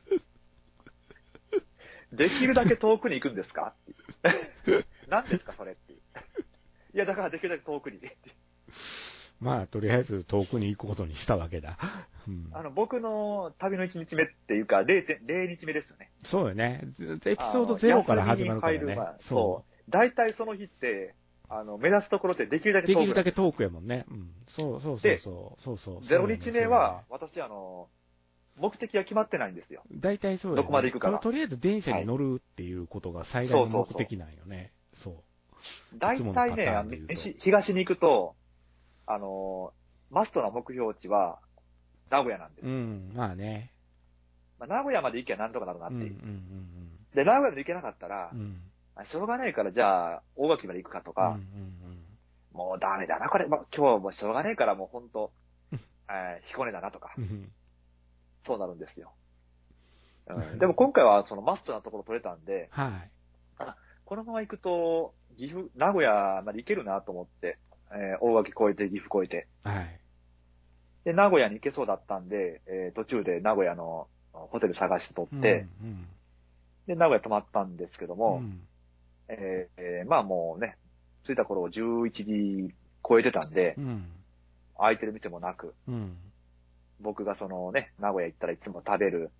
できるだけ遠くに行くんですかっていう。何ですかそれっていう。いや、だからできるだけ遠くにっていう。 まあ、とりあえず遠くに行くことにしたわけだ。 僕の旅の1日目っていうか、0日目ですよね。 そうよね。エピソード0から始まるからね。 そう。大体その日って、目立つところってできるだけ遠く。 できるだけ遠くやもんね。そう。 0日目は、私、目的が決まってないんですよ。 大体そうよね。 どこまで行くかが。 とりあえず電車に乗るっていうことが最大の目的なんよね。そう。 大体ね、東に行くと、マストな目標値は、名古屋なんです。 まあね。 名古屋まで行けばなんとかなるなっていう。で、名古屋まで行けなかったら、しょうがないから、じゃあ、大垣まで行くかとか、もうダメだな、これ、今日はもうしょうがないから、もうほんと、彦根だなとか、そうなるんですよ。でも今回はそのマストなところ取れたんで、このまま行くと、名古屋まで行けるなと思って、大垣越えて、岐阜越えて。で、名古屋に行けそうだったんで、途中で名古屋のホテル探して取って、で、名古屋泊まったんですけども、まあもうね、着いた頃11時超えてたんで、空いてる店もなく、僕がそのね、名古屋行ったらいつも食べる、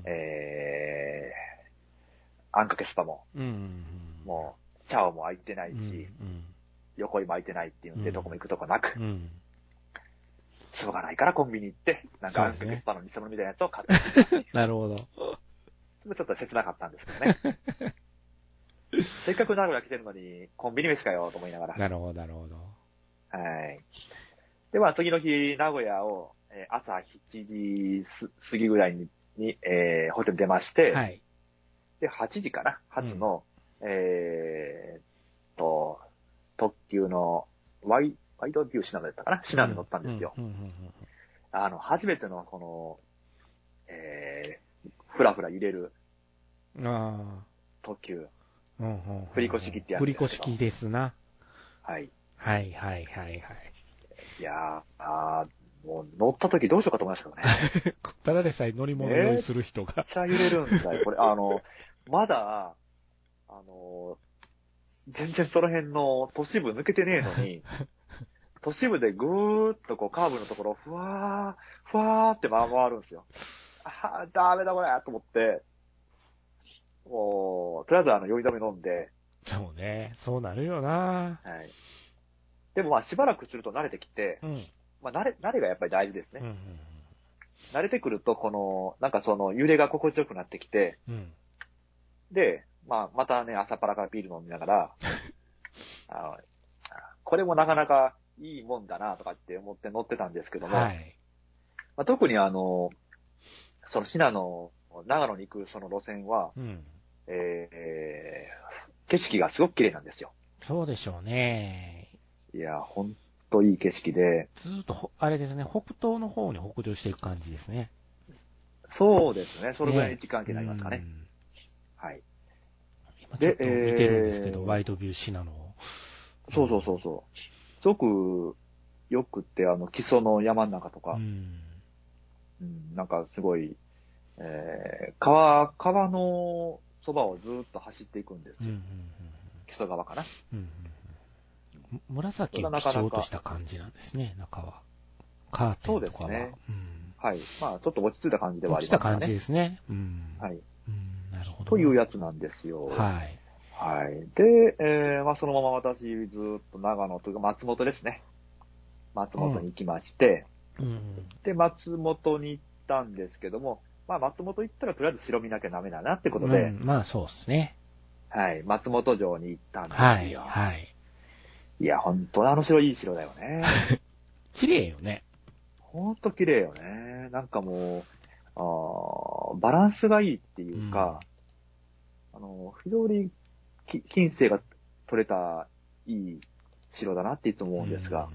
あんかけスパも、もう、チャオも空いてないし、横井も空いてないっていうんで、どこも行くとこなく、しょうがないからコンビニ行って、なんかあんかけスパの偽物みたいなやつを買って。 なるほど。 ちょっと切なかったんですけどね。せっかく名古屋来てるのに、コンビニ飯かよと思いながら。 なるほど。 はい。で、まあ次の日、名古屋を、朝7時過ぎぐらいに、ホテル出まして、で、8時かな、初の、特急のワイドビューシナノだったかな、シナノに乗ったんですよ。初めてのこの、ふらふら揺れる、特急。振り子式ってやつです。 振り子式ですな。 はい。いやー、もう乗った時どうしようかと思いましたけどね。 ただでさえ乗り物用意する人が。 めっちゃ揺れるんだよ。これ、まだ、全然その辺の都市部抜けてねえのに、都市部でぐーっとこうカーブのところ、ふわーって回るんですよ。ダメだこれと思って、もう、とりあえず酔い止め飲んで。 そうね、そうなるよな。 はい。 でもまあしばらくすると慣れてきて、まあ慣れがやっぱり大事ですね。慣れてくると、なんか揺れが心地よくなってきて、で、まあまたね、朝っぱらからビール飲みながら、これもなかなかいいもんだなとかって思って乗ってたんですけども、まあ、特にその信濃、長野に行くその路線は、景色がすごく綺麗なんですよ。 そうでしょうね。 いや、ほんといい景色で。 ずーっと、あれですね、北東の方に北上していく感じですね。 そうですね。それぐらいの位置関係になりますかね。はい。 今ちょっと見てるんですけど、ワイドビュー信濃。 そう。すごくよくって、木曽の山の中とか、なんかすごい、川のそばをずーっと走っていくんですよ。木曽川かな。 紫を基調とした感じなんですね、中は。カーテンとかは。 そうですね。はい。まあ、ちょっと落ち着いた感じではありますね。 落ちた感じですね。 はい。 なるほど。 というやつなんですよ。 はい。 はい。で、まあ、そのまま私、ずっと長野というか松本ですね。松本に行きまして、で、松本に行ったんですけども、まあ、松本行ったらとりあえず城見なきゃダメだなってことで、 まあ、そうですね。 はい。松本城に行ったんですよ。 はい。 いや、本当に城いい城だよね。 綺麗よね。 ほんと綺麗よね。なんかもう、バランスがいいっていうか、非常に近世が取れたいい城だなっていつも思うんですが、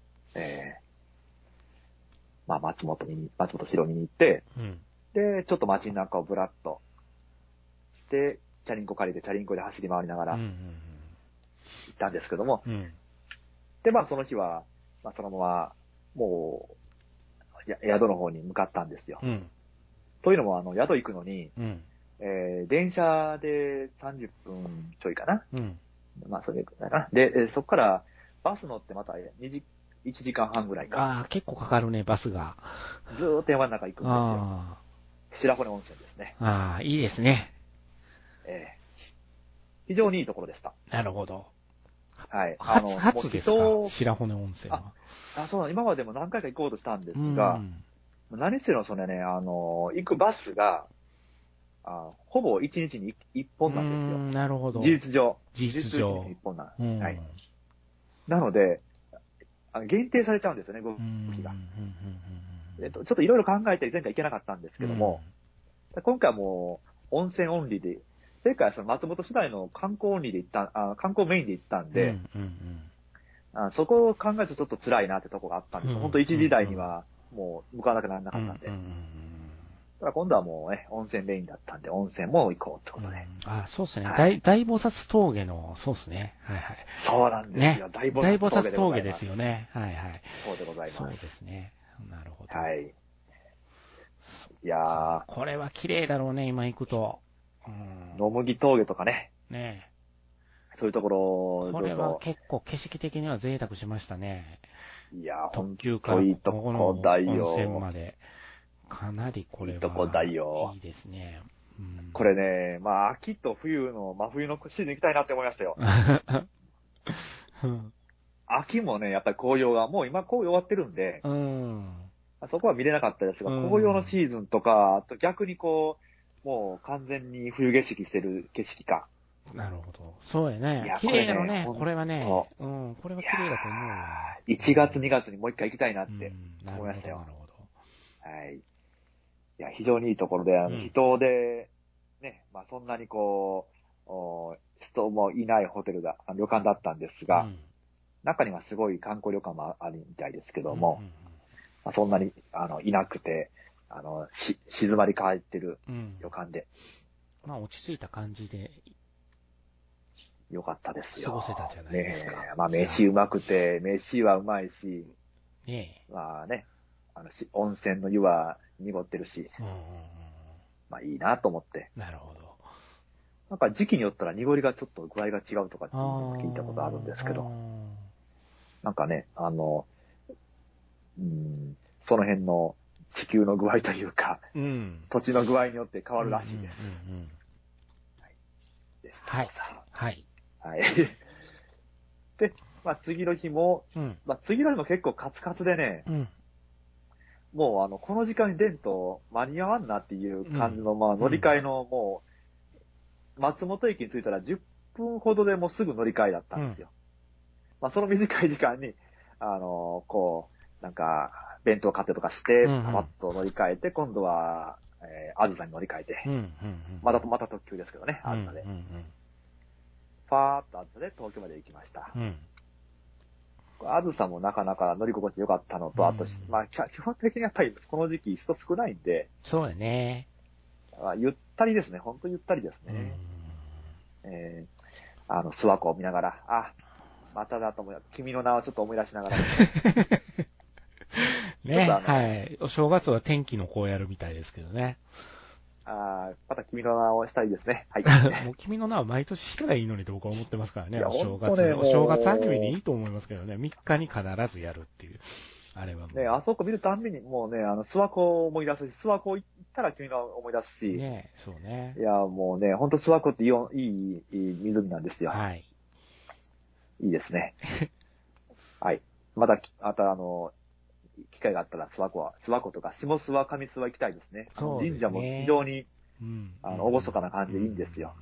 まあ松本城に行って、で、ちょっと街中をブラッとして、チャリンコ借りてチャリンコで走り回りながら行ったんですけども、で、まあその日は、まあそのまま、もう、宿の方に向かったんですよ。というのも、宿行くのに、電車で30分ちょいかな。まあそれくらいかな。で、そこからバス乗ってまた1時間半ぐらいか。 ああ、結構かかるね、バスが。 ずーっと山の中行くんですよ。白骨温泉ですね。 ああ、いいですね。 非常にいいところでした。 なるほど。 はい。 初ですか、白骨温泉は。 そうなの。今までも何回か行こうとしたんですが、何せの行くバスが、ほぼ1日に1本なんですよ。 なるほど。 事実上。 事実上。 1日に1本なん。はい。なので、限定されちゃうんですよね、動きが。ちょっといろいろ考えて前回行けなかったんですけども、今回はもう温泉オンリーで、前回はその松本市内の観光オンリーで観光メインで行ったんで、そこを考えるとちょっと辛いなってとこがあったんです。本当一時代にはもう向かわなくならなかったんで。ただ今度はもうね、温泉メインだったんで、温泉も行こうってことで。 そうですね。大菩薩峠の、そうですね。はいはい。 そうなんですよ。大菩薩峠ですよね。はいはい。 そうでございます。 そうですね。なるほど。 はい。いやこれは綺麗だろうね、今行くと。 野麦峠とかね。 ねえ。そういうところこれは結構景色的には贅沢しましたね。 いや、 特急からここの温泉まで。かなりこれは。いいとこだよ。いいですね。 これね、まあ、秋と冬の、真冬のシーズン行きたいなって思いましたよ。秋もね、やっぱり紅葉が、もう今紅葉終わってるんで、そこは見れなかったですが、紅葉のシーズンとか、あと逆にもう完全に冬景色してる景色か。 なるほど。そうやね。綺麗やろね。これはね。これは綺麗だと思うわ。 1月、2月にもう一回行きたいなって思いましたよ。 なるほど。はい。いや、非常にいいところで、人で、ね、まあそんなに人もいないホテルだ、旅館だったんですが、中にはすごい観光旅館もあるみたいですけども、まあ、そんなに、いなくて、静まり返ってる旅館で。 まあ落ち着いた感じで、 よかったですよ。 過ごせたじゃないですか。 まあ飯うまくて、飯はうまいし、まあね、温泉の湯は濁ってるし、まあいいなと思って。 なるほど。 なんか時期によったら濁りがちょっと具合が違うとかっていうのも聞いたことあるんですけど、なんかね、その辺の地球の具合というか、土地の具合によって変わるらしいです。ですけどさ。 はい。 はい。で、 まあ次の日も、まあ次の日も結構カツカツでね、もうこの時間に出んと間に合わんなっていう感じの、まあ乗り換えのもう、松本駅に着いたら10分ほどでもうすぐ乗り換えだったんですよ。まあその短い時間に、こう、なんか、弁当買ってとかして、パパッと乗り換えて、今度は、あずさに乗り換えて、また特急ですけどね、あずさで。ファーっとあずさで東京まで行きました。あずさもなかなか乗り心地良かったのと、あと、まあ、基本的にやっぱりこの時期人少ないんで、 そうやね。 ゆったりですね、ほんとゆったりですね。諏訪湖を見ながら、あ、まただと思う。君の名をちょっと思い出しながら。 ね、はい。お正月は天気の子をやるみたいですけどね。 また君の名をしたいですね。はい。 もう君の名は毎年したらいいのにと僕は思ってますからね。お正月。お正月アニメにいいと思いますけどね。3日に必ずやるっていう。あれはもう。 ね、あそこ見るたんびにもうね、諏訪湖を思い出すし、諏訪湖行ったら君が思い出すし。 ね、そうね。 いや、もうね、ほんと諏訪湖っていい湖なんですよ。 はい。 いいですね。はい。また機会があったら諏訪湖とか下諏訪上諏訪行きたいですね。神社も非常に、厳かな感じでいいんですよ。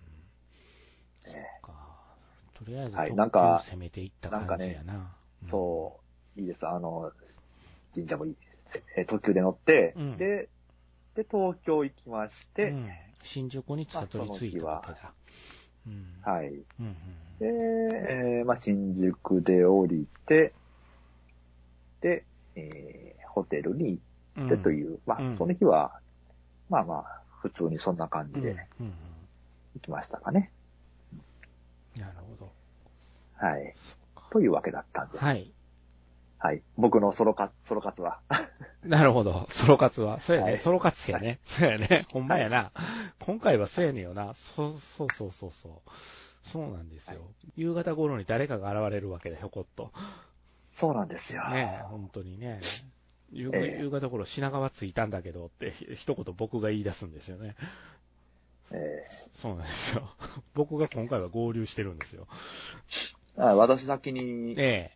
とりあえず特急を攻めていった感じやな。 そう、いいです。神社もいい。特急で乗って、で、東京行きまして、 新宿にたどり着いたわけだ。 はい。で、まあ、新宿で降りて、で、ホテルに行ってという、まあ、その日は、まあまあ、普通にそんな感じで、行きましたかね。 なるほど。 はい。というわけだったんです。 はい。 はい。僕のソロ活は。 なるほど。ソロ活は。そうやね。ソロ活やね。そうやね。ほんまやな。今回はそうやねんよな。そう。そうなんですよ。夕方頃に誰かが現れるわけだ、ひょこっと。 そうなんですよ。 ねえ、本当にね。夕方頃品川着いたんだけどって一言僕が言い出すんですよね。そうなんですよ。僕が今回は合流してるんですよ。 私先に、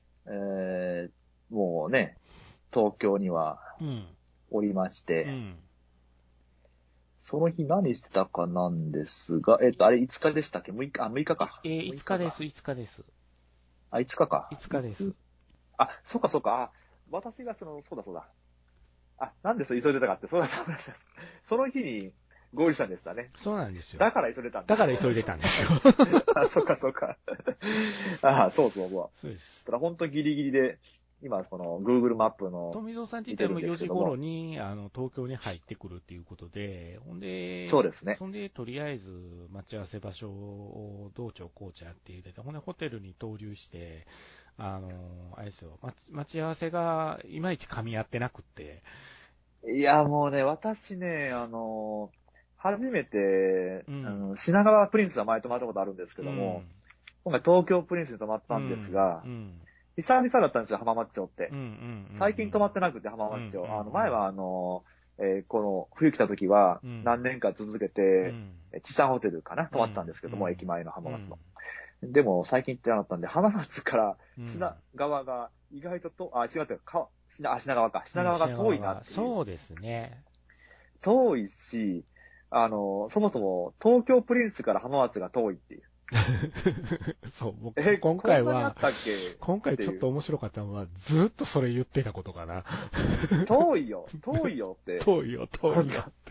もうね、東京にはおりまして、その日何してたかなんですが、あれ5日でしたっけ ?6 日か。 5日です。 あ、5日か。 5日です。 あ、そうか。私がそうだ。あ、なんで急いでたかって、そうだ。その日に合流したんでしたね。 そうなんですよ。 だから急いでたんだから急いでたんですよ。 あ、そうか。あ、そう。 そうです。 ただ本当ギリギリで、今、Google マップの。 富蔵さん自体も4時頃に、東京に入ってくるっていうことで、ほんで、 そうですね。 そんで、とりあえず、待ち合わせ場所を、道庁こうちゃって言ってて、ほんで、ホテルに到着して、あれですよ、待ち合わせが、いまいち噛み合ってなくって。 いや、もうね、私ね、初めて、品川プリンスは前泊まったことあるんですけども、今回東京プリンスに泊まったんですが、久々だったんですよ、浜松町って。最近泊まってなくて、浜松町。前はこの冬来た時は、何年か続けて、地産ホテルかな、泊まったんですけども、駅前の浜松の。でも、最近行ってなかったんで、浜松から品川が意外と違ったよ。品川か。品川が遠いなっていう。 そうですね。 遠いし、そもそも東京プリンスから浜松が遠いっていう。 そう、僕、今回は、 今回ちょっと面白かったのは、ずっとそれ言ってたことかな。 遠いよって。 遠いよって。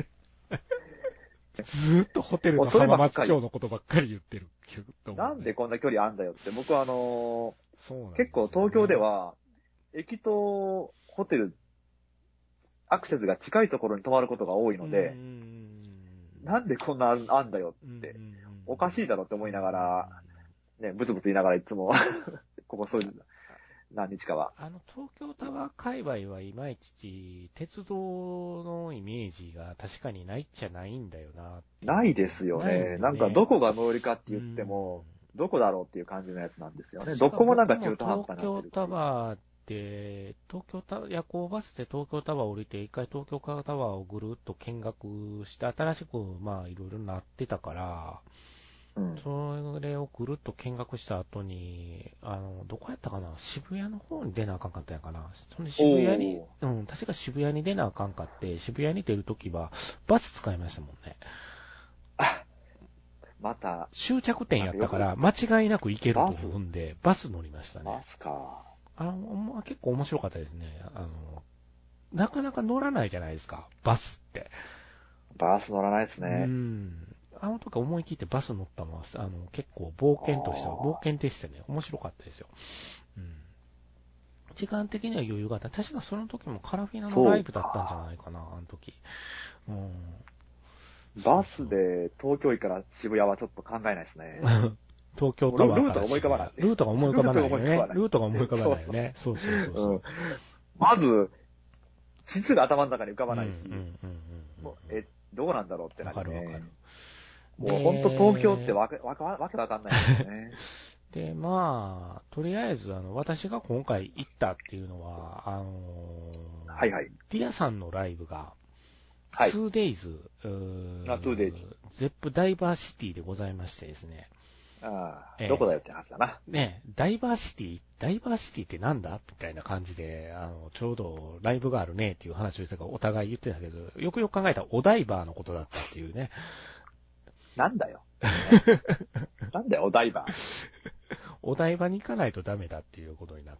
ずっとホテルと浜松町のことばっかり言ってる。 なんでこんな距離あんだよって。僕は結構東京では、駅とホテル、アクセスが近いところに泊まることが多いので、なんでこんなあんだよって、おかしいだろって思いながら、ね、ブツブツ言いながらいつも、ここそういう、何日かは。 東京タワー界隈はいまいち、鉄道のイメージが確かにないっちゃないんだよな。 ないですよね。なんかどこが最寄りかって言っても、どこだろうっていう感じのやつなんですよね。どこもなんか中途半端な。 東京タワーって、夜行バスで東京タワー降りて、一回東京タワーをぐるっと見学して、新しく、まあ、いろいろなってたから、 それをぐるっと見学した後に、どこやったかな、渋谷の方に出なあかんかったんやかな。そんで渋谷に、確か渋谷に出なあかんかって、渋谷に出るときはバス使いましたもんね。 また。 終着点やったから、間違いなく行けると踏んで、バス乗りましたね。 バスか。 結構面白かったですね。なかなか乗らないじゃないですか、バスって。 バス乗らないですね。 あの時思い切ってバス乗ったのは、結構冒険でしたね。面白かったですよ。時間的には余裕があった。確かその時もカラフィナのライブだったんじゃないかな、あの時。 バスで東京駅から渋谷はちょっと考えないですね。 東京タワーからルートが思い浮かばない。 ルートが思い浮かばないよね。ルートが思い浮かばないよね。そう。 まず、地図が頭の中に浮かばないし、どうなんだろうってなるね。わかる。もう本当東京ってわけわかんないですね。 で、まあ、とりあえず、私が今回行ったっていうのは、ディアさんのライブが、2days、ゼップダイバーシティでございましてですね。 どこだよって話だな。 ね、ダイバーシティってなんだみたいな感じで、ちょうどライブがあるねっていう話をしてお互い言ってたけど、よくよく考えたらおダイバーのことだったっていうね。 なんだよ。なんだよ、お台場。 お台場に行かないとダメだっていうことになって、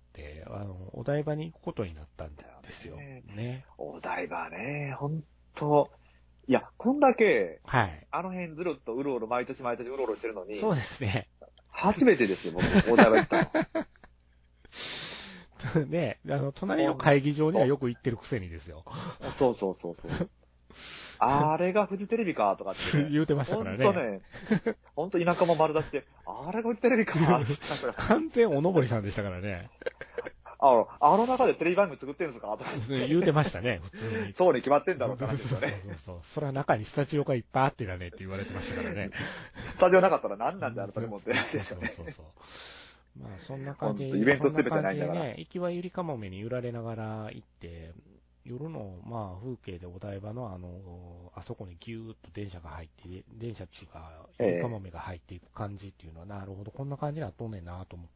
お台場に行くことになったんですよ。ね。 お台場ね、ほんと。いや、こんだけ、あの辺ずるっとうろうろ、毎年うろうろしてるのに。 そうですね。初めてですよ、僕、お台場行ったの。ね、隣の会議場にはよく行ってるくせにですよ。 そう。あれがフジテレビか、とかって、 ね。言うてましたからね。 ほんと田舎も丸出して、あれがフジテレビか、 完全おのぼりさんでしたからね。 あの中でテレビ番組作ってるんですかとか言うてましたね、普通に。 そうに決まってんだろうって話ですよね。 そう。それは中にスタジオがいっぱいあってだねって言われてましたからね。 スタジオなかったら何なんだよ、あの建物って話ですよね。 そう。まあ、そんな感じで、 イベントステップじゃないんだから。 行きはゆりかもめに揺られながら行って、夜の、まあ、風景でお台場のあそこにギューッと電車が入って、電車中が、ゆりかもめが入っていく感じっていうのは、なるほど、こんな感じになっとんねんなと思って。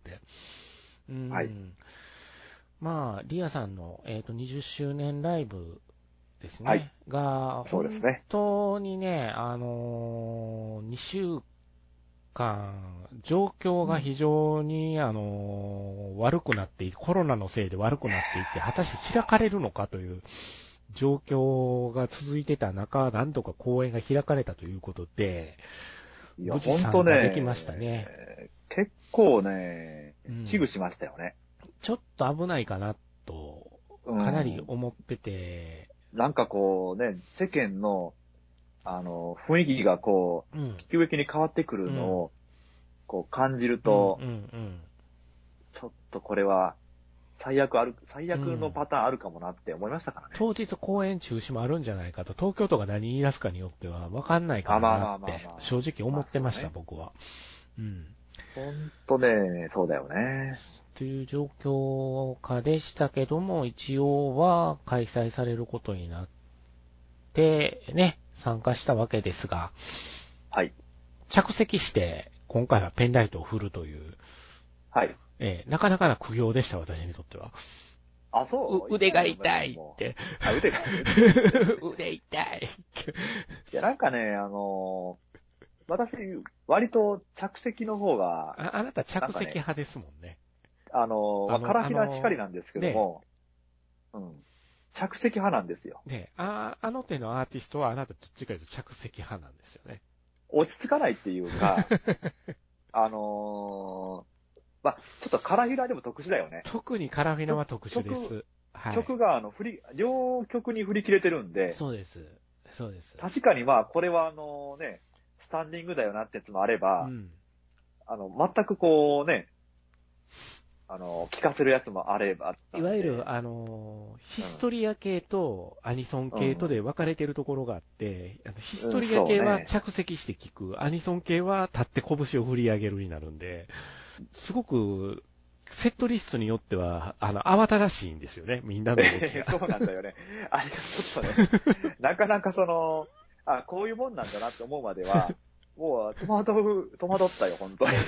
まあ、リアさんの、20周年ライブですね。が、本当にね、2週間、状況が非常に、悪くなっていて、コロナのせいで悪くなっていって、果たして開かれるのかという状況が続いてた中、なんとか公演が開かれたということで、無事参加できましたね。 結構ね、危惧しましたよね。 ちょっと危ないかなと、かなり思ってて。 なんかこうね、世間の、雰囲気がこう、急激に変わってくるのを、こう感じると、ちょっとこれは、最悪のパターンあるかもなって思いましたからね。 当日公演中止もあるんじゃないかと、東京都が何言い出すかによっては分かんないかなって、正直思ってました、僕は。 ほんとね、そうだよね。 という状況下でしたけども、一応は開催されることになって、ね、参加したわけですが、着席して、今回はペンライトを振るという、なかなかな苦行でした、私にとっては。腕が痛いって。腕痛い。 いや、なんかね、私、割と着席の方が、 あなた着席派ですもんね。 カラフィナしかりなんですけども、着席派なんですよ。 ね、あの手のアーティストはあなたどっちかというと着席派なんですよね。 落ち着かないっていうか、まあ、ちょっとカラフィナでも特殊だよね。 特にカラフィナは特殊です。 曲が両曲に振り切れてるんで。 そうです。 確かにまあ、これはね、スタンディングだよなってやつもあれば、全くこうね、聞かせるやつもあれば。 いわゆる、ヒストリア系とアニソン系とで分かれてるところがあって、ヒストリア系は着席して聞く、アニソン系は立って拳を振り上げるになるんで、すごく、セットリストによっては、慌ただしいんですよね、みんなの動きが。 そうなんだよね。あれがちょっとね、なかなかこういうもんなんだなって思うまでは、 もう、戸惑ったよ、本当に。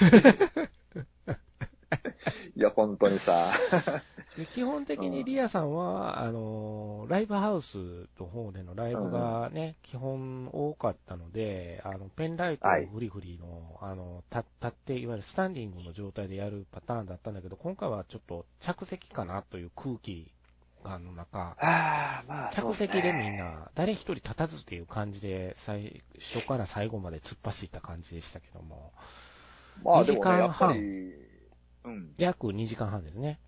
いや、本当にさ。 基本的にリアさんは、ライブハウスの方でのライブがね、基本多かったので、ペンライトをフリフリの、立って、いわゆるスタンディングの状態でやるパターンだったんだけど、今回はちょっと着席かなという空気感の中、着席でみんな、誰一人立たずっていう感じで、最初から最後まで突っ走った感じでしたけども、2時間半、約2時間半ですね。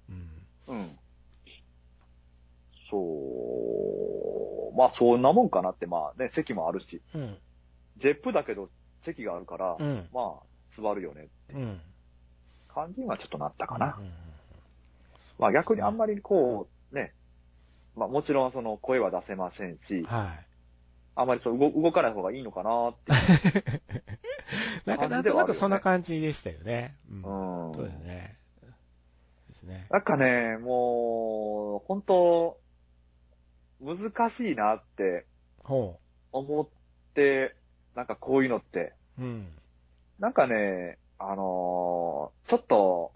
そう。まあ、そんなもんかなって、まあね、席もあるし。ジェップだけど席があるから、まあ、座るよねっていう感じにはちょっとなったかな。まあ逆にあんまりこう、ね、まあもちろんその声は出せませんし、あんまりそう動かない方がいいのかなってなんとなくそんな感じでしたよね。そうですね。 なんかね、もう、本当難しいなって思って、なんかこういうのって、なんかね、ちょっと、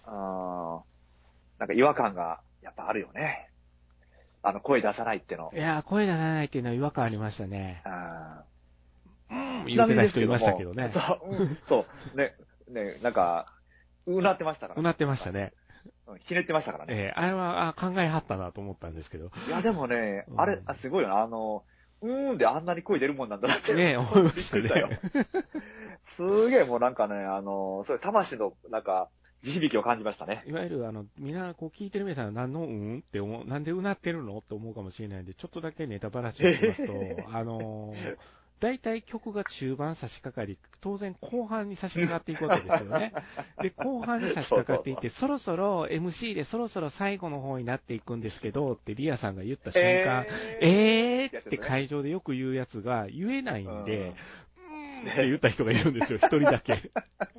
なんか違和感がやっぱあるよね。声出さないっての。 いや、声出さないっていうのは違和感ありましたね。 言ってた人いましたけどね。 そう、ね、なんか、うなってましたからね。うなってましたね。 ひねってましたからね。 あれは考えはったなと思ったんですけど。 いや、でもね、あれ、すごいよな。であんなに声出るもんなんだなって。 ね、思いましたよ。 すげえもうなんかね、そういう魂の、なんか、地響きを感じましたね。 いわゆるみんなこう聞いてる皆さん何のってなんでうなってるのって思うかもしれないんで、ちょっとだけネタ話をしますと、大体曲が中盤差し掛かり、当然後半に差し掛かっていくわけですよね。で、後半に差し掛かっていて、そろそろ MC でそろそろ最後の方になっていくんですけど、ってリアさんが言った瞬間、って会場でよく言うやつが言えないんで、って言った人がいるんですよ、一人だけ。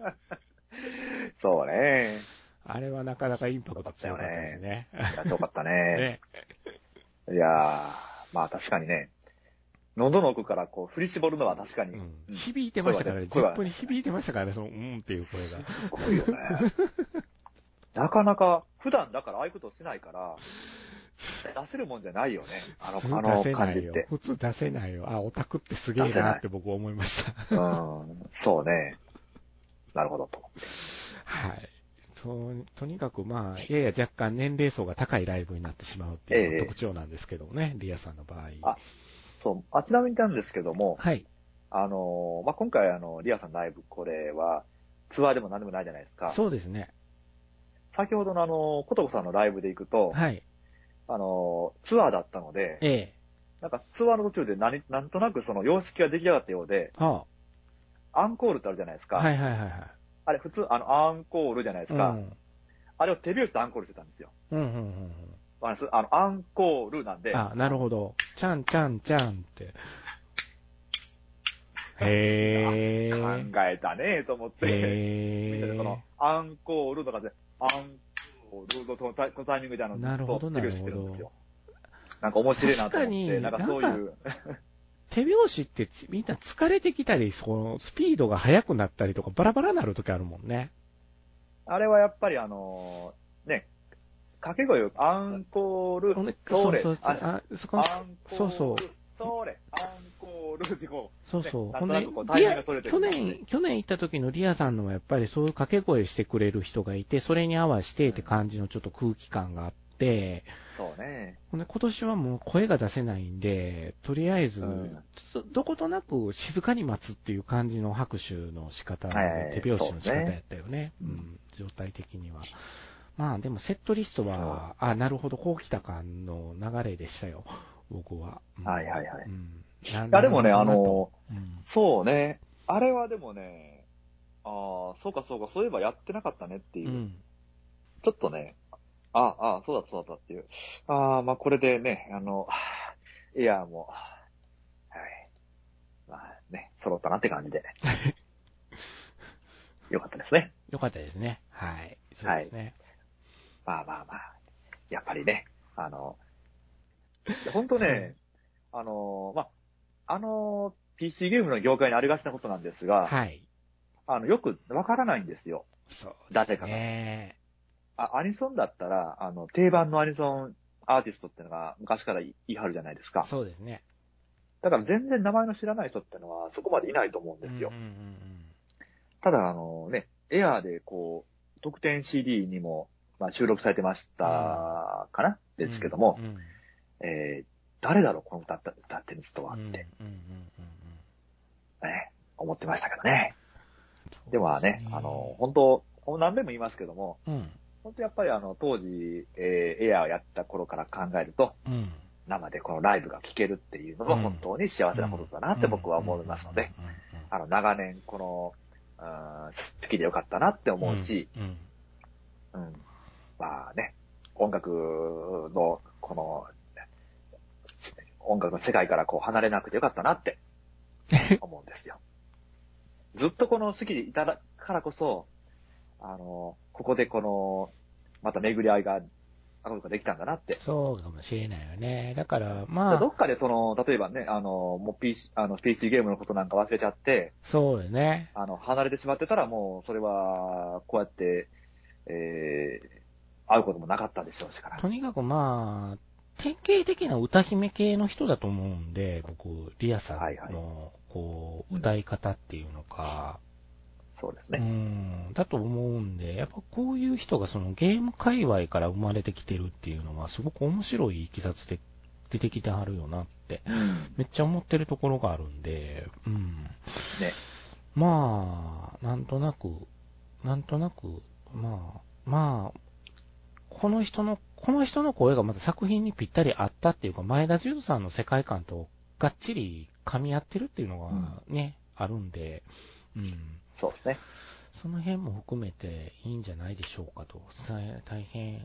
そうね。 あれはなかなかインパクト強かったですね。 強かったね。いやー、まあ確かにね。喉の奥からこう振り絞るのは確かに。 響いてましたからね。ゼップに響いてましたからね、その、っていう声が。 すごいよね。なかなか、普段だからああいうことしないから、出せるもんじゃないよね。あの感じって。 普通出せないよ。オタクってすげえなって僕は思いました。 そうね。なるほどと。 はい。とにかくまあ、やや若干年齢層が高いライブになってしまうっていうのが特徴なんですけどもね、リアさんの場合。 そう。ちなみになんですけども、 はい。 まあ、今回リアさんのライブ、これは、ツアーでも何でもないじゃないですか。 そうですね。 先ほどのことこさんのライブで行くと、 はい。 ツアーだったので、なんかツアーの途中でなんとなくその様式が出来上がったようで、アンコールってあるじゃないですか。 はいはいはいはい。 あれ普通、アンコールじゃないですか。あれを手拍子でアンコールしてたんですよ。アンコールなんで。 なるほど。ちゃんちゃんちゃんって。へー。考えたねと思って。みんなでこの、アンコールとかで、アンコールのこのタイミングでなるほど手拍子してるんですよ。なんか面白いなと思って、なんかそういう。 手拍子ってみんな疲れてきたり、スピードが速くなったりとかバラバラになるときあるもんね。 あれはやっぱりね、掛け声をアンコール、それ、 そうそう。 アンコール、それ、アンコールってこう。 そうそう。 ほんで、去年行った時のリアさんのはやっぱりそういう掛け声してくれる人がいて、それに合わせてって感じのちょっと空気感があって、 そうね。 ほんで今年はもう声が出せないんで、とりあえず、どことなく静かに待つっていう感じの拍手の仕方で、手拍子の仕方やったよね。状態的には。まあでもセットリストは、なるほど、こう来たかの流れでしたよ、僕は。 はいはいはい。いやでもね、そうね、あれはでもね、そうか、そういえばやってなかったねっていう。ちょっとね、そうだっていう。まあこれでね、いやもう、はい。まあね、揃ったなって感じで。よかったですね。 よかったですね。はい。そうですね。 まあ。やっぱりね、ほんとね、 PC ゲームの業界にありがちなことなんですが、 はい。 よくわからないんですよ。 そうですね。 誰かが。アニソンだったら、定番のアニソンアーティストっていうのが昔から言い張るじゃないですか。 そうですね。 だから全然名前の知らない人っていうのはそこまでいないと思うんですよ。ただ、エアーでこう、特典 CD にも、収録されてましたかな、ですけども、誰だろう、この歌ってる人はって、思ってましたけどね。でもね、本当、何遍も言いますけども、本当やっぱり当時、エアーをやった頃から考えると、生でこのライブが聴けるっていうのが本当に幸せなことだなって僕は思いますので、長年この、好きでよかったなって思うし、音楽の、音楽の世界からこう離れなくてよかったなって思うんですよ。ずっと好きでいたからこそ、ここでまた巡り合いができたんだなって。 そうかもしれないよね。だから、 どっかで例えばね、もうPC ゲームのことなんか忘れちゃって、 そうよね。 離れてしまってたらもう、それは、こうやって、会うこともなかったでしょうしから。 とにかく典型的な歌姫系の人だと思うんで、僕、リアさんの、歌い方っていうのか、 そうですね。 だと思うんで、やっぱこういう人がゲーム界隈から生まれてきてるっていうのは、すごく面白いいきさつで出てきてはるよなって、めっちゃ思ってるところがあるんで、 ね。 なんとなく、この人の声がまた作品にぴったり合ったっていうか、前田純さんの世界観とがっちり噛み合ってるっていうのがね、あるんで、 そうですね。 その辺も含めていいんじゃないでしょうかと。大変、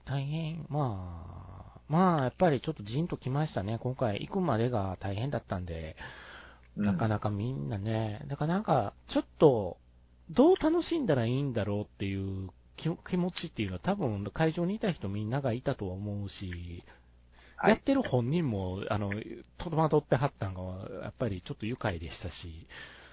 やっぱりちょっとジンときましたね。今回行くまでが大変だったんで、なかなかみんなね、だからちょっと、どう楽しんだらいいんだろうっていう気持ちっていうのは多分会場にいた人みんながいたと思うし、やってる本人も、戸惑ってはったのが、やっぱりちょっと愉快でしたし、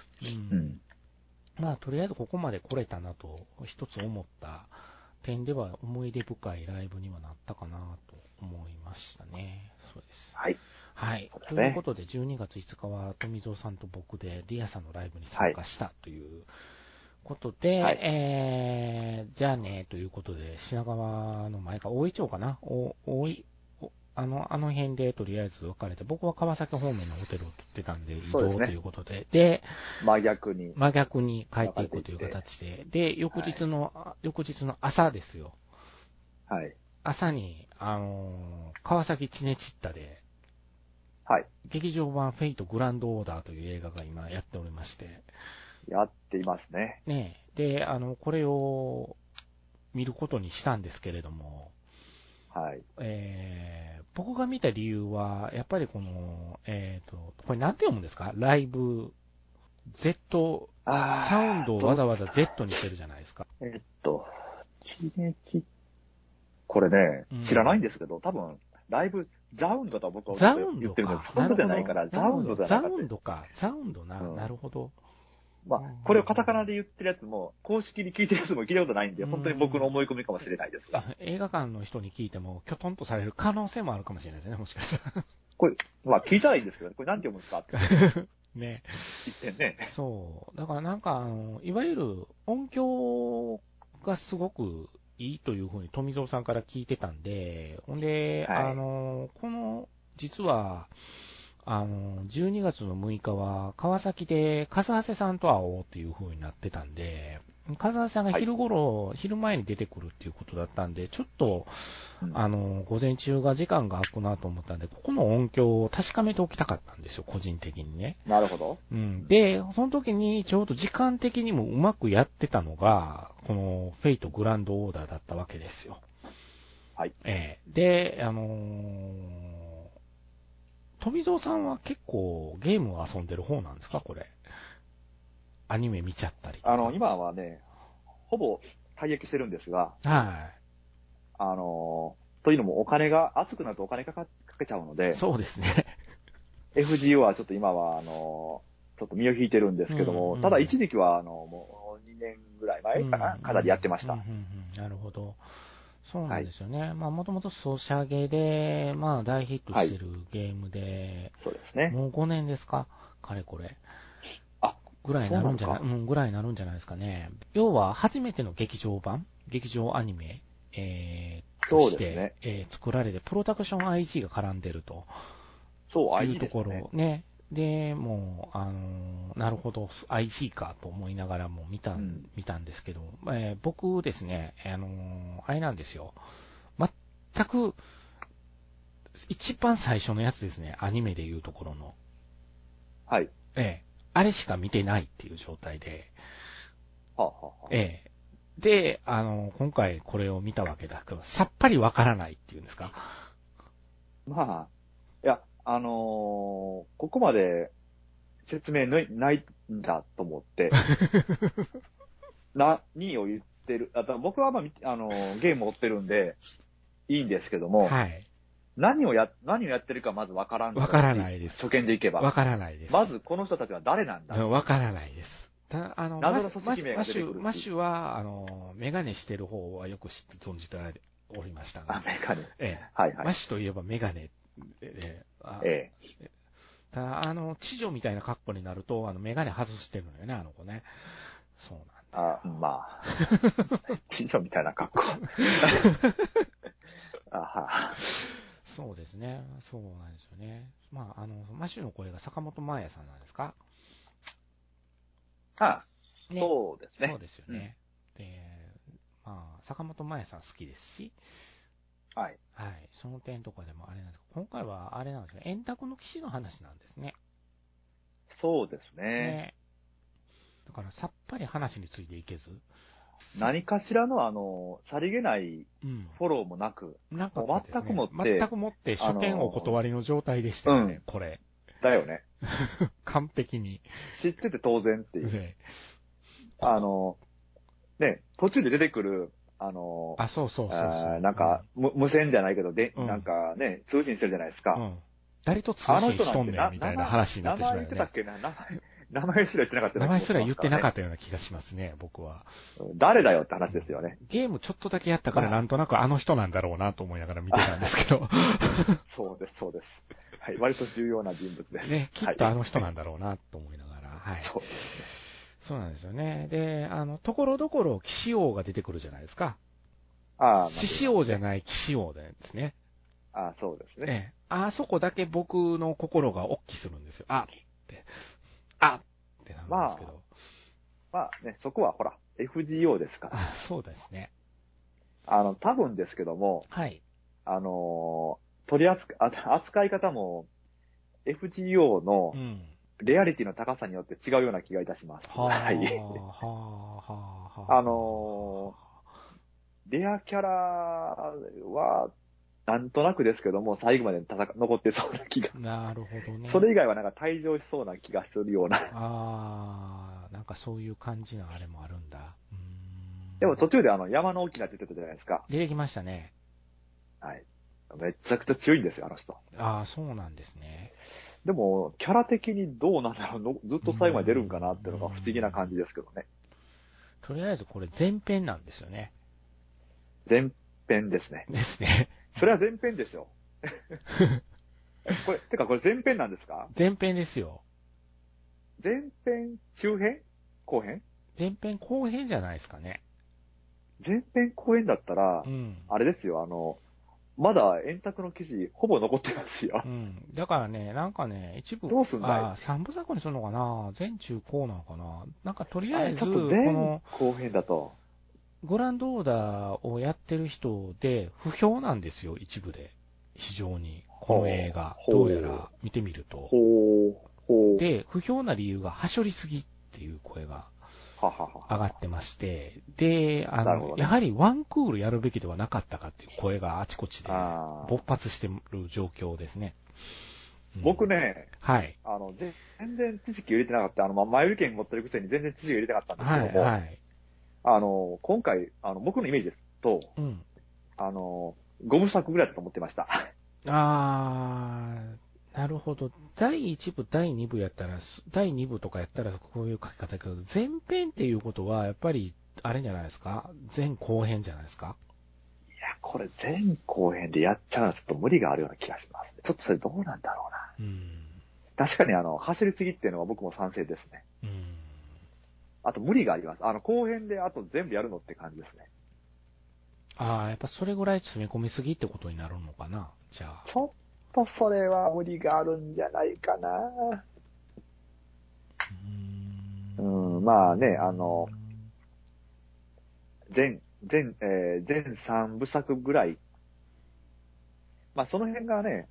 とりあえずここまで来れたなと、一つ思った点では思い出深いライブにはなったかなと思いましたね。そうです。 はい。 はい。ということで、12月5日は富蔵さんと僕でリアさんのライブに参加したということで、じゃあね、ということで、品川の前か、大井町かなあの辺でとりあえず別れて、僕は川崎方面のホテルを取ってたんで移動ということで、 真逆に帰っていくという形で、翌日の朝ですよ。 はい。 朝に、川崎チネチッタで、 はい。 劇場版フェイトグランドオーダーという映画が今やっておりまして。 やっていますね。 ねえ。で、これを見ることにしたんですけれども、 はい。 僕が見た理由は、やっぱりこれなんて読むんですか？ライブ、Z、サウンドをわざわざ Z にしてるじゃないですか。 チネチ、これね、知らないんですけど、多分、ライブ、ザウンドだと僕は言ってるんです。サウンドじゃないから、ザウンドじゃないか。 ザウンドな、なるほど。 これをカタカナで言ってるやつも、公式に聞いてるやつも聞いたことないんで、本当に僕の思い込みかもしれないですが。 映画館の人に聞いても、きょとんとされる可能性もあるかもしれないですね、もしかしたら。 これ、聞いたらいいんですけど、これ何て読むんですかって。 ね。 言ってね。 そう。だからいわゆる音響がすごくいいというふうに富蔵さんから聞いてたんで、ほんで、実は、12月の6日は川崎で笠瀬さんと会おうっていう風になってたんで、笠瀬さんが昼前に出てくるっていうことだったんで、ちょっと、午前中が時間が空くなと思ったんで、ここの音響を確かめておきたかったんですよ、個人的にね。 なるほど。 で、その時にちょうど時間的にもうまくやってたのが、このフェイトグランドオーダーだったわけですよ。 はい。 で、富蔵さんは結構ゲームを遊んでる方なんですか、これ。アニメ見ちゃったりとか。 今はね、ほぼ退役してるんですが、 はい。 というのも熱くなるとお金かけちゃうので、 そうですね。 FGO はちょっと今は、 ちょっと身を引いてるんですけども、ただ一時期は、もう2年ぐらい前かな、かなりやってました。 なるほど。そうなんですよね。はい、まあ、もともとソシャゲで、まあ、大ヒットしてるゲームで、 そうですね。 もう5年ですかかれこれ。 あ、 ぐらいになるんじゃないぐらいになるんじゃないですかね。要は、初めての劇場アニメ、として、ね作られて、プロダクション IG が絡んでると。 そう、 いうところね。で、もう、なるほど、IG かと思いながらも見たんですけど、僕ですね、あれなんですよ。全く、一番最初のやつですね、アニメでいうところの。 はい。 あれしか見てないっていう状態で。 はあはあ、 で、今回これを見たわけだけど、さっぱりわからないっていうんですか。 まあ、いや、ここまで説明ないんだと思って、何を言ってる、僕はゲームを追ってるんで、いいんですけども、 はい。 何をやってるかまずわからん。 わからないです。 初見でいけば。 わからないです。 まずこの人たちは誰なんだ。 わからないです。 謎の組織名が出てくるし。 マシュは、メガネしてる方はよく存じておりましたが。 メガネ。 はいはい。マシュといえばメガネで、知女みたいな格好になると、メガネ外してるのよね、あの子ね。そうなんだ。 まあ。知女みたいな格好。 そうですね。そうなんですよね。まあ、マシュの声が坂本真綾さんなんですか？ ね、そうですね。 そうですよね。で、まあ、坂本真綾さん好きですし、 はい。 はい。その点とかでもあれなんですけど、今回はあれなんですよね。円卓の騎士の話なんですね。 そうですね。 だからさっぱり話についていけず。 何かしらのさりげないフォローもなく、 なかったですね。 全くもって初見お断りの状態でしたよね、これ。 だよね。 完璧に。 知ってて当然っていう。ね、途中で出てくる、 そう。 なんか、無線じゃないけど、なんかね、通信してるじゃないですか。 誰と通信しとんねんみたいな話になってしまうよね。 名前言ってたっけな名前すら言ってなかったような気がしますね。 名前すら言ってなかったような気がしますね、僕は。 誰だよって話ですよね。 ゲームちょっとだけやったからなんとなくあの人なんだろうなと思いながら見てたんですけど。 そうです。はい、割と重要な人物です。 ね、きっとあの人なんだろうなと思いながら。はい。そうなんですよね。で、ところどころ騎士王が出てくるじゃないですか。獅子王じゃない騎士王ですね。 そうですね。 あそこだけ僕の心がおっきするんですよ。ってなるんですけど。 まあね、そこはほら、FGO ですから。 そうですね。 多分ですけども、 はい。 扱い方も FGO のレアリティの高さによって違うような気がいたします。はい。レアキャラは、なんとなくですけども、最後まで残ってそうな気が。 なるほどね。 それ以外はなんか退場しそうな気がするような。 なんかそういう感じのあれもあるんだ。 でも途中で山の大きなって言ってたじゃないですか。 出てきましたね。 はい。めちゃくちゃ強いんですよ、あの人。 そうなんですね。 でも、キャラ的にどうなんだろう、ずっと最後まで出るんかなっていうのが不思議な感じですけどね。 とりあえずこれ前編なんですよね。 前編ですね。 ですね。 それは前編ですよ。これ前編なんですか？ 前編ですよ。 前編、中編？後編？ 前編後編じゃないですかね。 前編後編だったら、あれですよ、まだ円卓の記事ほぼ残ってますよ。 だからね、なんかね、一部、 どうすんだい三部作にするのかな？前中後なのかな？なんかとりあえず、 ちょっと前後編だと。 グランドオーダーをやってる人で、不評なんですよ、一部で。非常に。この映画。どうやら見てみると。で、不評な理由が、はしょりすぎっていう声が上がってまして、で、やはりワンクールやるべきではなかったかっていう声があちこちで勃発してる状況ですね。 僕ね、 はい。 全然知識入れてなかった。前売り券持ってるくせに全然知識入れてなかったんですけども、 はい。 今回、僕のイメージですと、5部作ぐらいだと思ってました。 ななるほど。第1部、第2部やったら、第2部とかやったらこういう書き方だけど、前編っていうことは、やっぱり、あれじゃないですか？前後編じゃないですか？ いや、これ前後編でやっちゃうのはちょっと無理があるような気がします。ちょっとそれどうなんだろうな。確かに走りすぎっていうのは僕も賛成ですね。あと無理があります。後編であと全部やるのって感じですね。 ああ、やっぱそれぐらい詰め込みすぎってことになるのかな、じゃあ。 ちょっとそれは無理があるんじゃないかな。まあね、全3部作ぐらい。まあその辺がね、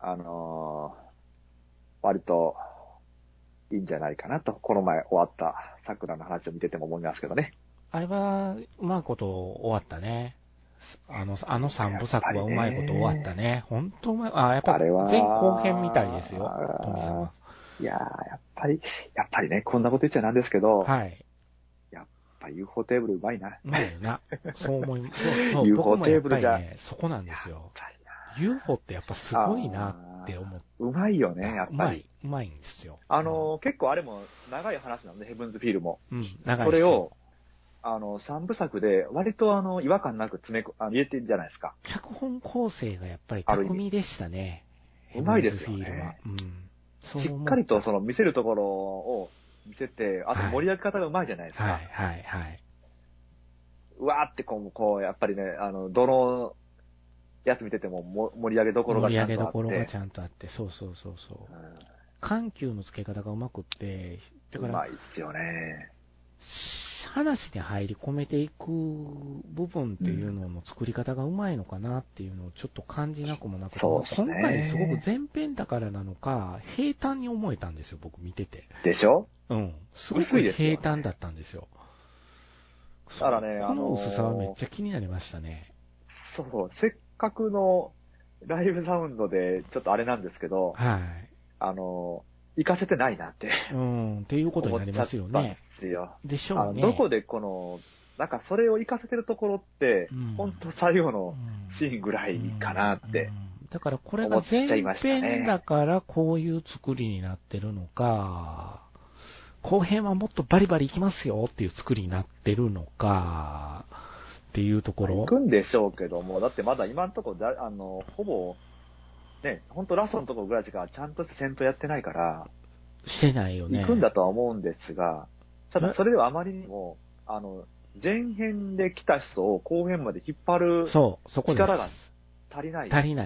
割といいんじゃないかなと、この前終わった桜の話を見てても思いますけどね。 あれは、うまいこと終わったね。あの3部作はうまいこと終わったね。本当うまい。やっぱり前後編みたいですよ、富さん。 いやー、やっぱりね、こんなこと言っちゃなんですけど、 はい。 やっぱ UFO テーブルうまいな。 うまいよな。そう思います。 そう、UFO テーブルじゃ、 ね、そこなんですよ。UFO ってやっぱすごいなって思った。 うまいよね、やっぱり。 うまいんですよ。 結構あれも長い話なので、ヘブンズフィールも。 長いです。 それを、3部作で割と違和感なく入れてるじゃないですか。 脚本構成がやっぱり巧みでしたね。 うまいですよね。しっかりとその見せるところを見せて、あと盛り上げ方がうまいじゃないですか。 はいはいはい。 うわーってこう、やっぱりね、どのやつ見てても盛り上げどころがちゃんとあって。盛り上げどころがちゃんとあって、そう。緩急のつけ方がうまくって、 だから。うまいっすよね。 話に入り込めていく部分っていうのの作り方がうまいのかなっていうのをちょっと感じなくもなくて、今回すごく前編だからなのか、平坦に思えたんですよ、僕見てて。 でしょ？ すごく平坦だったんですよ。 だからね、 この薄さはめっちゃ気になりましたね。 そう、せっかくのライブサウンドでちょっとあれなんですけど、 はい。 行かせてないなって。 っていうことになりますよね。でしょうね。 どこでなんかそれを活かせてるところって、本当最後のシーンぐらいかなって。 だからこれが前編だからこういう作りになってるのか、後編はもっとバリバリ行きますよっていう作りになってるのか、っていうところ。 行くんでしょうけども、だってまだ今のところほぼ、ね、本当ラストのところぐらいしかちゃんとした戦闘やってないから、 してないよね。 行くんだとは思うんですが、ただそれではあまりにも、前編で来た人を後編まで引っ張る力が足りない。 足りない。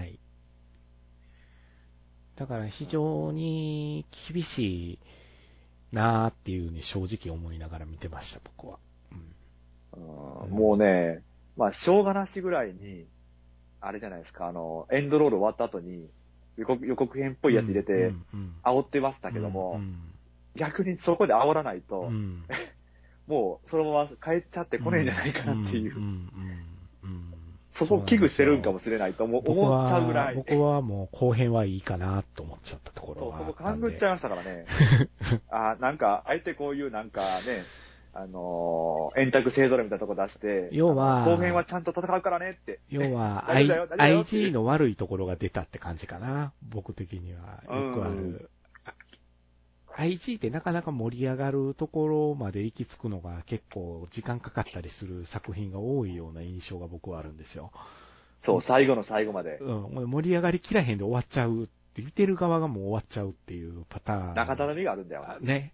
だから非常に厳しいなーっていうふうに正直思いながら見てました、僕は。 もうね、まあ、しょうがなしぐらいに、あれじゃないですか、エンドロール終わった後に、予告編っぽいやつ入れて、煽ってましたけども、逆にそこで煽らないと、もうそのまま帰っちゃってこねえんじゃないかなっていう。そこを危惧してるんかもしれないと思っちゃうぐらい。 僕はもう後編はいいかなと思っちゃったところがあったんで。 そこ勘ぐっちゃいましたからね。なんか、あえてこういうなんかね、円卓勢ぞろみたいなとこ出して、 要は、 後編はちゃんと戦うからねって。 要は、IG の悪いところが出たって感じかな。僕的には。よくある。IG ってなかなか盛り上がるところまで行き着くのが結構時間かかったりする作品が多いような印象が僕はあるんですよ。 そう、最後の最後まで。 盛り上がりきらへんで終わっちゃうって見てる側がもう終わっちゃうっていうパターン。 中頼みがあるんだよ。 ね。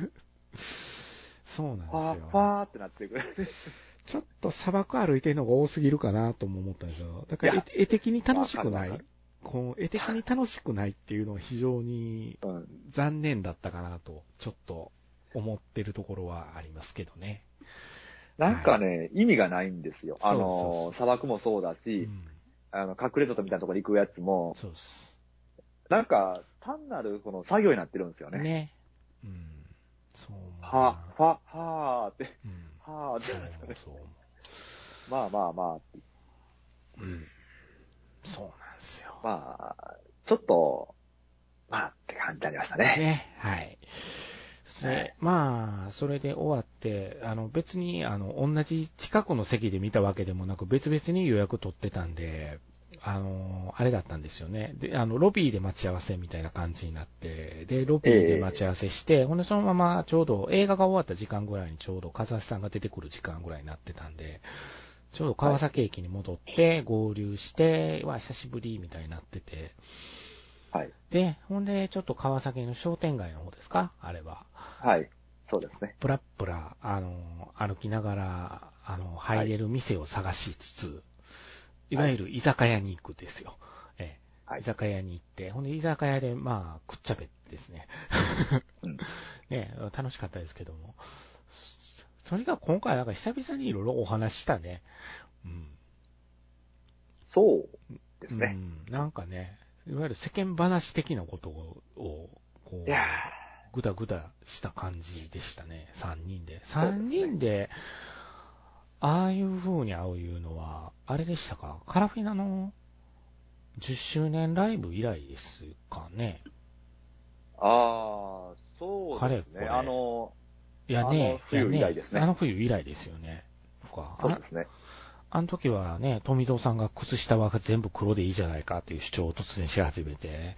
そうなんですよ。 ファーってなってくる。 ちょっと砂漠歩いてるのが多すぎるかなとも思ったんですよ。だから絵的に楽しくない。絵的に楽しくないっていうのは非常に残念だったかなと、ちょっと思ってるところはありますけどね。 なんかね、意味がないんですよ。砂漠もそうだし、隠れ里みたいなところに行くやつも、 そうです。 なんか、単なるこの作業になってるんですよね。 ね。そう。 はーって、はーって。そう。まあ。 そうなんですよ。 まあ、ちょっと、まあって感じになりましたね。 ね、はい。まあ、それで終わって、別に、同じ近くの席で見たわけでもなく、別々に予約取ってたんで、 あれだったんですよね。で、ロビーで待ち合わせみたいな感じになって、で、ロビーで待ち合わせして、ほんでそのままちょうど映画が終わった時間ぐらいにちょうど風橋さんが出てくる時間ぐらいになってたんで、ちょうど川崎駅に戻って合流して、久しぶりみたいになってて、 はい。 で、ほんでちょっと川崎の商店街の方ですかあれは。 はい。そうですね。 プラップラ、歩きながら、入れる店を探しつつ、いわゆる居酒屋に行くですよ。居酒屋に行って、ほんで居酒屋で、くっちゃべですね。ね、楽しかったですけども。それが今回なんか久々にいろいろお話したね。 そうですね。 なんかね、いわゆる世間話的なことを、こう、ぐだぐだした感じでしたね。3人で。3人で、ああいう風に会ういうのは、あれでしたか？カラフィナの10周年ライブ以来ですかね。 そうですね。 冬以来ですね。 冬以来ですよね。 そうですね。 あの時はね、富蔵さんが靴下は全部黒でいいじゃないかっていう主張を突然し始めて、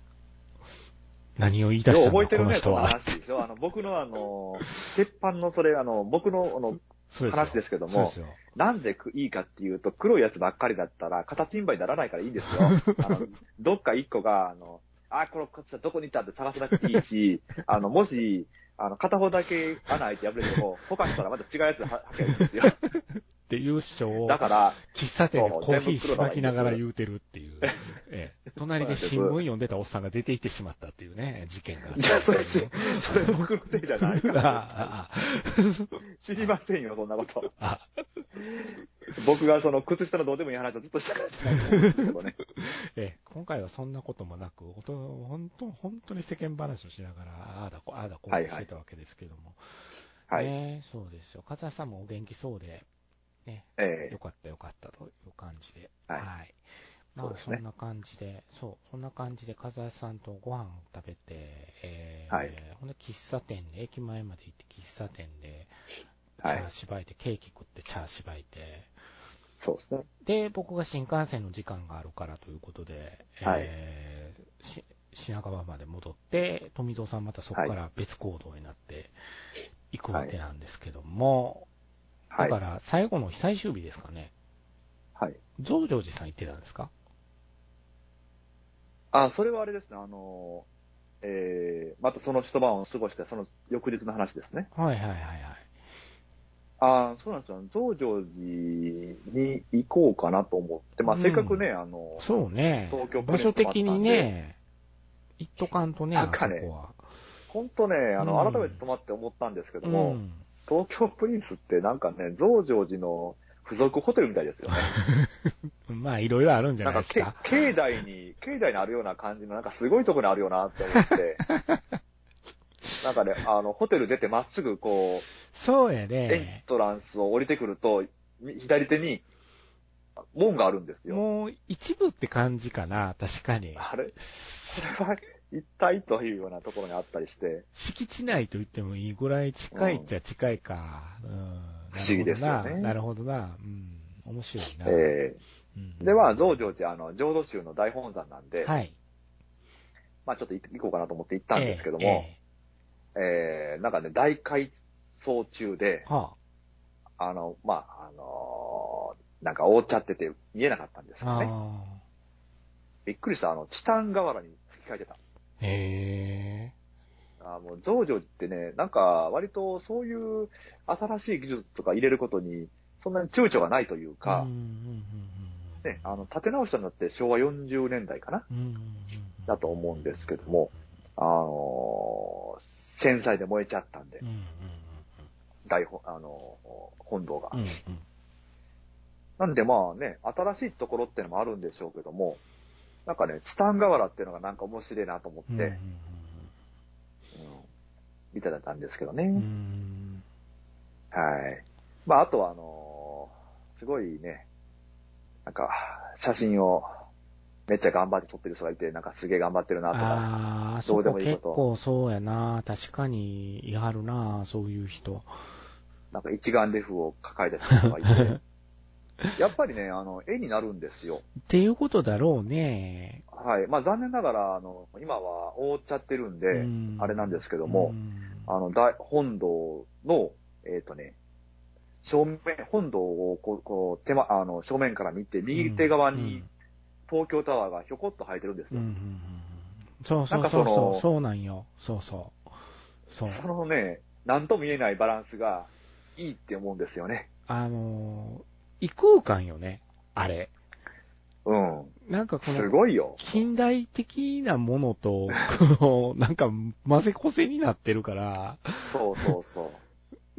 何を言い出したのか、この人は。 覚えてるね、その話でしょ。僕の鉄板の僕の話ですけども、なんでいいかっていうと、黒いやつばっかりだったら、形いんばいにならないからいいんですよ。どっか一個が、この靴下どこにいたって探さなくていいし、もし、片方だけ穴開いて破れても、他したらまた違うやつ履けばいいんですよ。 っていう主張を、 だから、 喫茶店でコーヒーしばきながら言うてるっていう、隣で新聞読んでたおっさんが出て行ってしまったっていうね、事件があった。 それ僕のせいじゃないから。知りませんよ、そんなこと。僕がその靴下のどうでもいい話をずっとしたからじゃないと思うんですけどね。 今回はそんなこともなく、本当に世間話をしながら、ああだこうしてたわけですけども。 はい。 そうですよ。風さんもお元気そうで、ね、よかったという感じで。はい。そんな感じで、そんな感じで、風橋さんとご飯を食べて、ほんで、喫茶店で、駅前まで行って、喫茶店で、茶しばいて、ケーキ食って茶しばいて、 そうですね。 で、僕が新幹線の時間があるからということで、品川まで戻って、富蔵さんまたそこから別行動になっていくわけなんですけども、だから最後の最終日ですかね。 はい。 増上寺さん行ってたんですか？ それはあれですね。またその一晩を過ごして、その翌日の話ですね。 はい。 そうなんですよ。増上寺に行こうかなと思って、せっかくね、 そうね。 東京場所的にね、行っとかんとね、 なんかね、本当ね、改めて泊まって思ったんですけども、東京プリンスってなんかね、増上寺の付属ホテルみたいですよね。 いろいろあるんじゃないですか。 なんか境内にあるような感じの、なんかすごいとこにあるよなって思って、なんかね、ホテル出てまっすぐこう、 そうやね。 エントランスを降りてくると、左手に門があるんですよ。 もう一部って感じかな、確かに。 あれ、これは一体というようなところにあったりして。 敷地内と言ってもいいぐらい近いっちゃ近いか。 不思議ですよね。 なるほどな。面白いな。 で、増上寺、浄土宗の大本山なんで、 はい。 ちょっと行こうかなと思って行ったんですけども、なんかね、大改装中で、なんか覆っちゃってて見えなかったんですよね。びっくりした、チタン瓦に吹き替えてた。 へもう増上寺ってね、なんか割とそういう新しい技術とか入れることにそんなに躊躇がないというか、ね、建て直したのって昭和40年代かな、だと思うんですけども、戦災で燃えちゃったんで、本堂が。なんで新しいところってのもあるんでしょうけども、なんかね、チタン瓦っていうのがなんか面白いなと思って、見てたんですけどね。はい。あとはすごいね、なんか、写真をめっちゃ頑張って撮ってる人がいて、なんかすげえ頑張ってるなとか、 どうでもいいこと。結構そうやな。確かに、いはるな、そういう人。 なんか一眼レフを抱えた人がいて、 やっぱりね、絵になるんですよ。 っていうことだろうね。 はい。まあ残念ながら、今は覆っちゃってるんで、あれなんですけども、本堂の、本堂を正面から見て、右手側に東京タワーがひょこっと生えてるんですよ。 そう、そうなんよ。そう。 そのね、なんとも言えないバランスがいいって思うんですよね。 異空間よね、あれ。 うん。 なんかすごいよ。 近代的なものと、なんか混ぜこぜになってるから。 そう。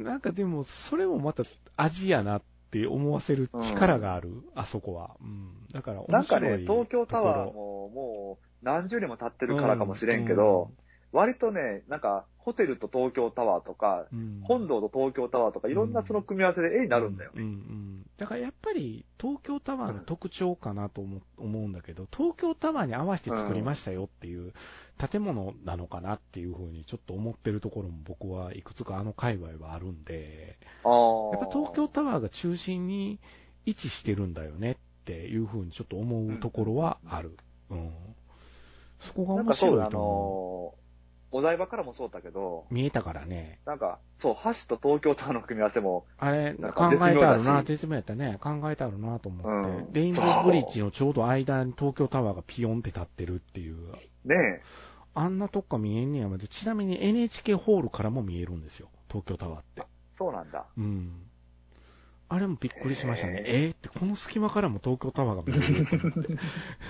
なんかでも、それもまた味やなって思わせる力がある、あそこは。だから面白い。 なんかね、東京タワーもう何十年も経ってるからかもしれんけど、割とね、なんか、ホテルと東京タワーとか、本堂と東京タワーとか、いろんなその組み合わせで絵になるんだよね。 だからやっぱり、東京タワーの特徴かなと思うんだけど、東京タワーに合わせて作りましたよっていう建物なのかなっていうふうにちょっと思ってるところも僕はいくつか界隈はあるんで、やっぱ東京タワーが中心に位置してるんだよねっていうふうにちょっと思うところはある。そこが面白いと思う。 お台場からもそうだけど。 見えたからね。 なんか、そう、橋と東京タワーの組み合わせも。 あれ、考えてあるな、絶妙やったね。考えてあるなと思って。レインボーブリッジのちょうど間に東京タワーがピヨンって立ってるっていう。 ねえ。 あんなとこか見えんねやまで、ちなみに NHK ホールからも見えるんですよ。東京タワーって。 そうなんだ。 あれもびっくりしましたね。って、この隙間からも東京タワーが見えると思って。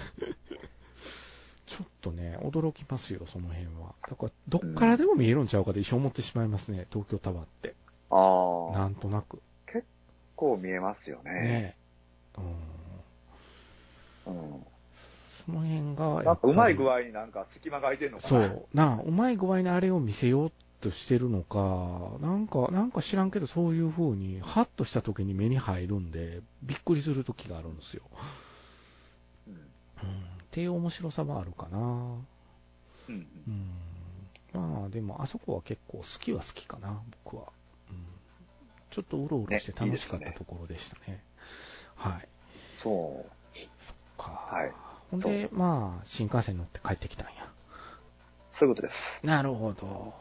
ちょっとね、驚きますよ、その辺は。だから、どっからでも見えるんちゃうかで一生思ってしまいますね、東京タワーって。なんとなく。 結構見えますよね。ねその辺が。 なんかうまい具合になんか隙間が空いてるのかな。 そう。うまい具合にあれを見せようとしてるのか、なんか知らんけどそういう風に、ハッとした時に目に入るんで、びっくりする時があるんですよ。っていう面白さはあるかな。まあでもあそこは結構好きは好きかな、僕は。ちょっとうろうろして楽しかったところでしたね。はい。 そっか。はい。ほんで、まあ、新幹線乗って帰ってきたんや。 そういうことです。 なるほど。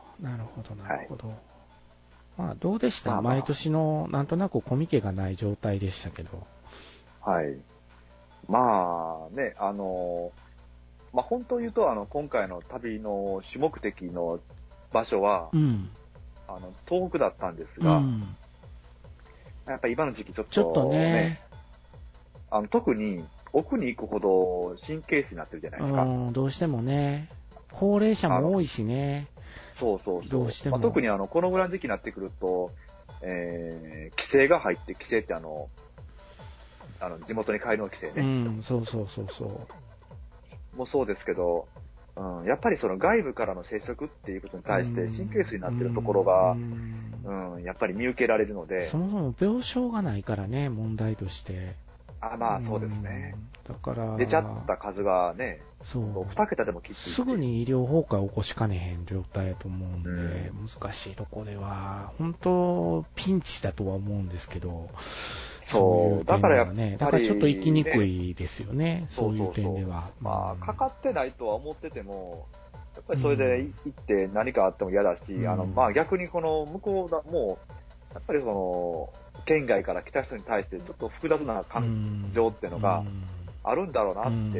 まあ、どうでした、毎年の、なんとなくコミケがない状態でしたけど。 はい。まあね、本当言うと、今回の旅の主目的の場所は、東北だったんですが、やっぱり今の時期ちょっとね、特に奥に行くほど神経質になってるじゃないですか。 どうしてもね、高齢者も多いしね。 そう。 どうしても。 特にこのぐらいの時期になってくると、規制が入って、規制って地元に帰るの規制ね。 そう。 もそうですけど、やっぱりその外部からの接触っていうことに対して神経質になってるところが、やっぱり見受けられるので。 そもそも病床がないからね、問題として。 まあそうですね。 だから、 出ちゃった数がね、2桁でもきつい。 すぐに医療崩壊を起こしかねへん状態だと思うんで、難しいとこでは、本当ピンチだとは思うんですけど、 そう、だからやっぱり、ね、 だからちょっと行きにくいですよね、そういう点では。 まあ、かかってないとは思ってても、やっぱりそれで行って何かあっても嫌だし、まあ逆にこの向こうだ、もう、やっぱりその、県外から来た人に対してちょっと複雑な感情っていうのがあるんだろうなって、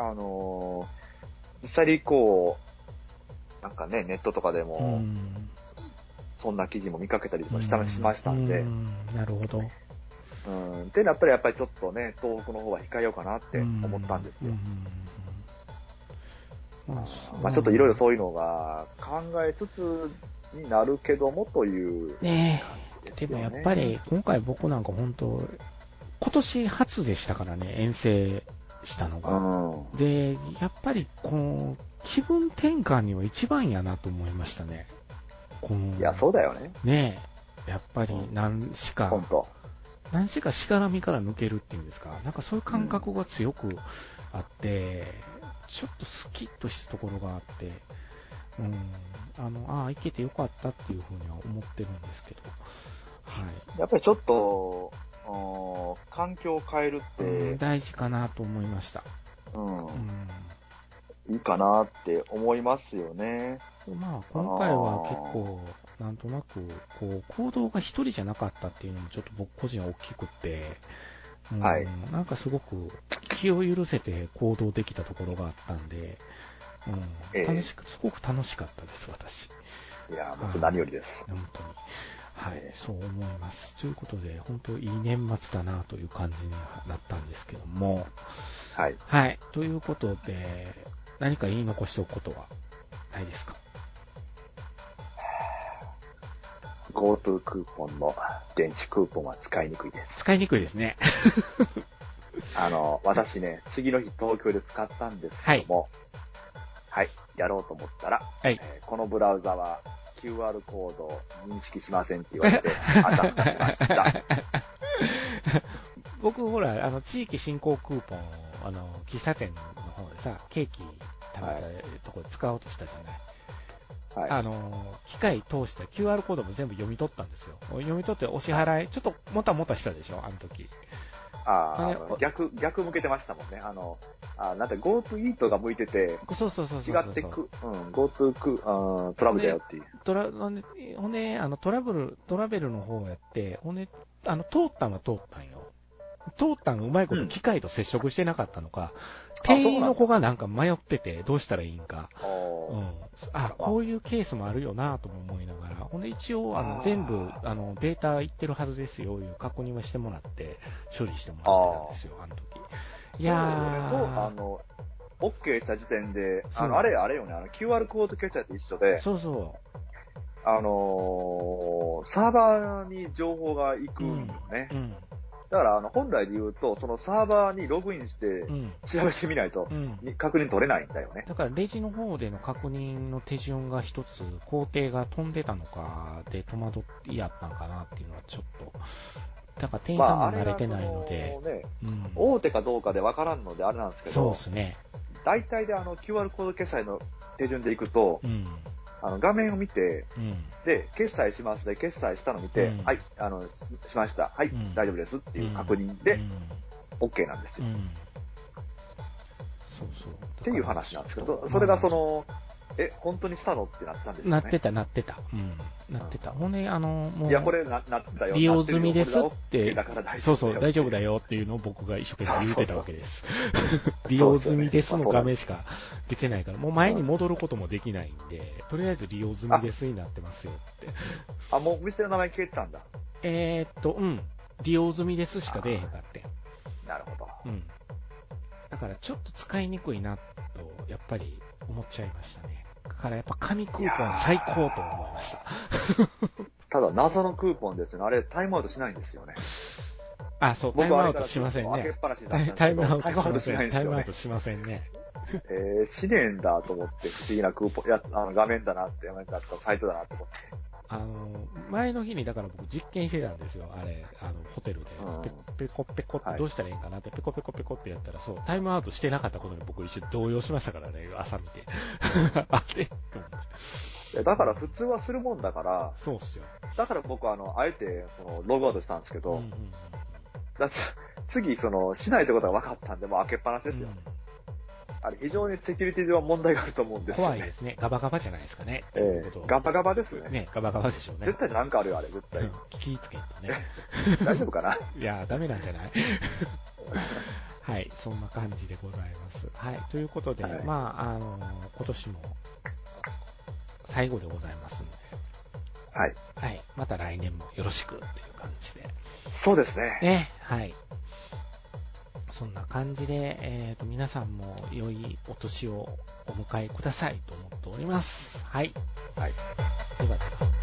実際にこう、なんかね、ネットとかでも、そんな記事も見かけたりもしましたんで。 なるほど。 で、やっぱりちょっとね、東北の方は控えようかなって思ったんですよ。まあちょっといろいろそういうのが考えつつになるけどもという。 ねえ。でもやっぱり今回僕なんか本当、今年初でしたからね、遠征したのが。で、やっぱりこの気分転換には一番やなと思いましたね。 いや、そうだよね。 ねえ。やっぱり何しかしがらみから抜けるっていうんですか、なんかそういう感覚が強くあって、ちょっとスキッとしたところがあって、行けてよかったっていうふうには思ってるんですけど、はい。 やっぱりちょっと、 環境を変えるって、 大事かなと思いました。 いいかなって思いますよね。 まあ、今回は結構、なんとなく、こう、行動が一人じゃなかったっていうのもちょっと僕個人は大きくって、 はい。 なんかすごく気を許せて行動できたところがあったんで、すごく楽しかったです、私。 いや、もう何よりです。 本当に。はい、そう思います。ということで、本当いい年末だなという感じになったんですけども、 はい。 はい、ということで、何か言い残しておくことはないですか ？GoTo クーポンの電子クーポンは使いにくいです。 使いにくいですね。 私ね、次の日東京で使ったんですけども、はい、やろうと思ったら、このブラウザは QR コードを認識しませんって言われて、あたふたしました。 僕、ほら、地域振興クーポンを、喫茶店の方でさ、ケーキ食べたところで使おうとしたじゃない。機械通して QR コードも全部読み取ったんですよ。読み取ってお支払い、ちょっともたもたしたでしょ、あの時。 逆向けてましたもんね。なんて GoTo イートが向いてて、 そう。 違ってGoTo トラブルだよっていう。 ほんで、トラベルの方やって、ほんで、通ったんは通ったんよ。通ったんうまいこと機械と接触してなかったのか、店員の子がなんか迷っててどうしたらいいんか。こういうケースもあるよなとも思いながら、ほんで一応全部データいってるはずですよいう確認はしてもらって処理してもらってたんですよ、あの時。 いやー。OK した時点で、あれよね、QR コード決済と一緒で、 そうそう。 サーバーに情報が行くんよね。だから、本来で言うと、そのサーバーにログインして、調べてみないと、確認取れないんだよね。 だから、レジの方での確認の手順が一つ、工程が飛んでたのか、で戸惑いやったのかなっていうのはちょっと、だから店員さんも慣れてないので、 大手かどうかで分からんのであれなんですけど、 そうですね。 大体でQR コード決済の手順で行くと、画面を見て、で、決済しますで、決済したのを見て、はい、しました。はい、大丈夫ですっていう確認で、OK なんですよ。 そう。 っていう話なんですけど、それが本当にしたのってなったんですよね。 なってた。なってた。ほんで、もう、 いや、これなったよ。 利用済みですって、そう、大丈夫だよっていうのを僕が一生懸命言ってたわけです。利用済みですの画面しか出てないから、もう前に戻ることもできないんで、とりあえず利用済みですになってますよって。 もう店の名前消えてたんだ。 利用済みですしか出えへんかって。 なるほど。 だからちょっと使いにくいなと、やっぱり思っちゃいましたね。だからやっぱ紙クーポン最高と思いました。 ただ謎のクーポンですよね。あれタイムアウトしないんですよね。 そう、タイムアウトしませんね。タイムアウトしないんですよね。タイムアウトしませんね。 しねえんだと思って不思議なクーポン、画面だなって、サイトだなと思って。 前の日にだから僕実験してたんですよ、あれ、ホテルで。ペコペコってどうしたらいいんかなって、ペコペコってやったら、そう、タイムアウトしてなかったことに僕一瞬動揺しましたからね、朝見て。あれと思って。 だから普通はするもんだから、 そうっすよ。 だから僕はあえて、ログアウトしたんですけど、次、しないってことが分かったんで、もう開けっぱなしですよ。あれ非常にセキュリティ上は問題があると思うんですよね。 怖いですね。ガバガバじゃないですかね。 ガバガバですね。 ガバガバでしょうね。 絶対なんかあるよ、あれ、絶対。 気ぃつけんとね。 大丈夫かな？ いや、ダメなんじゃない？はい、そんな感じでございます。はい、ということで、今年も最後でございますので、はい、また来年もよろしくっていう感じで。 そうですね。 はい。そんな感じで、皆さんも良いお年をお迎えくださいと思っております。はい。ではでは。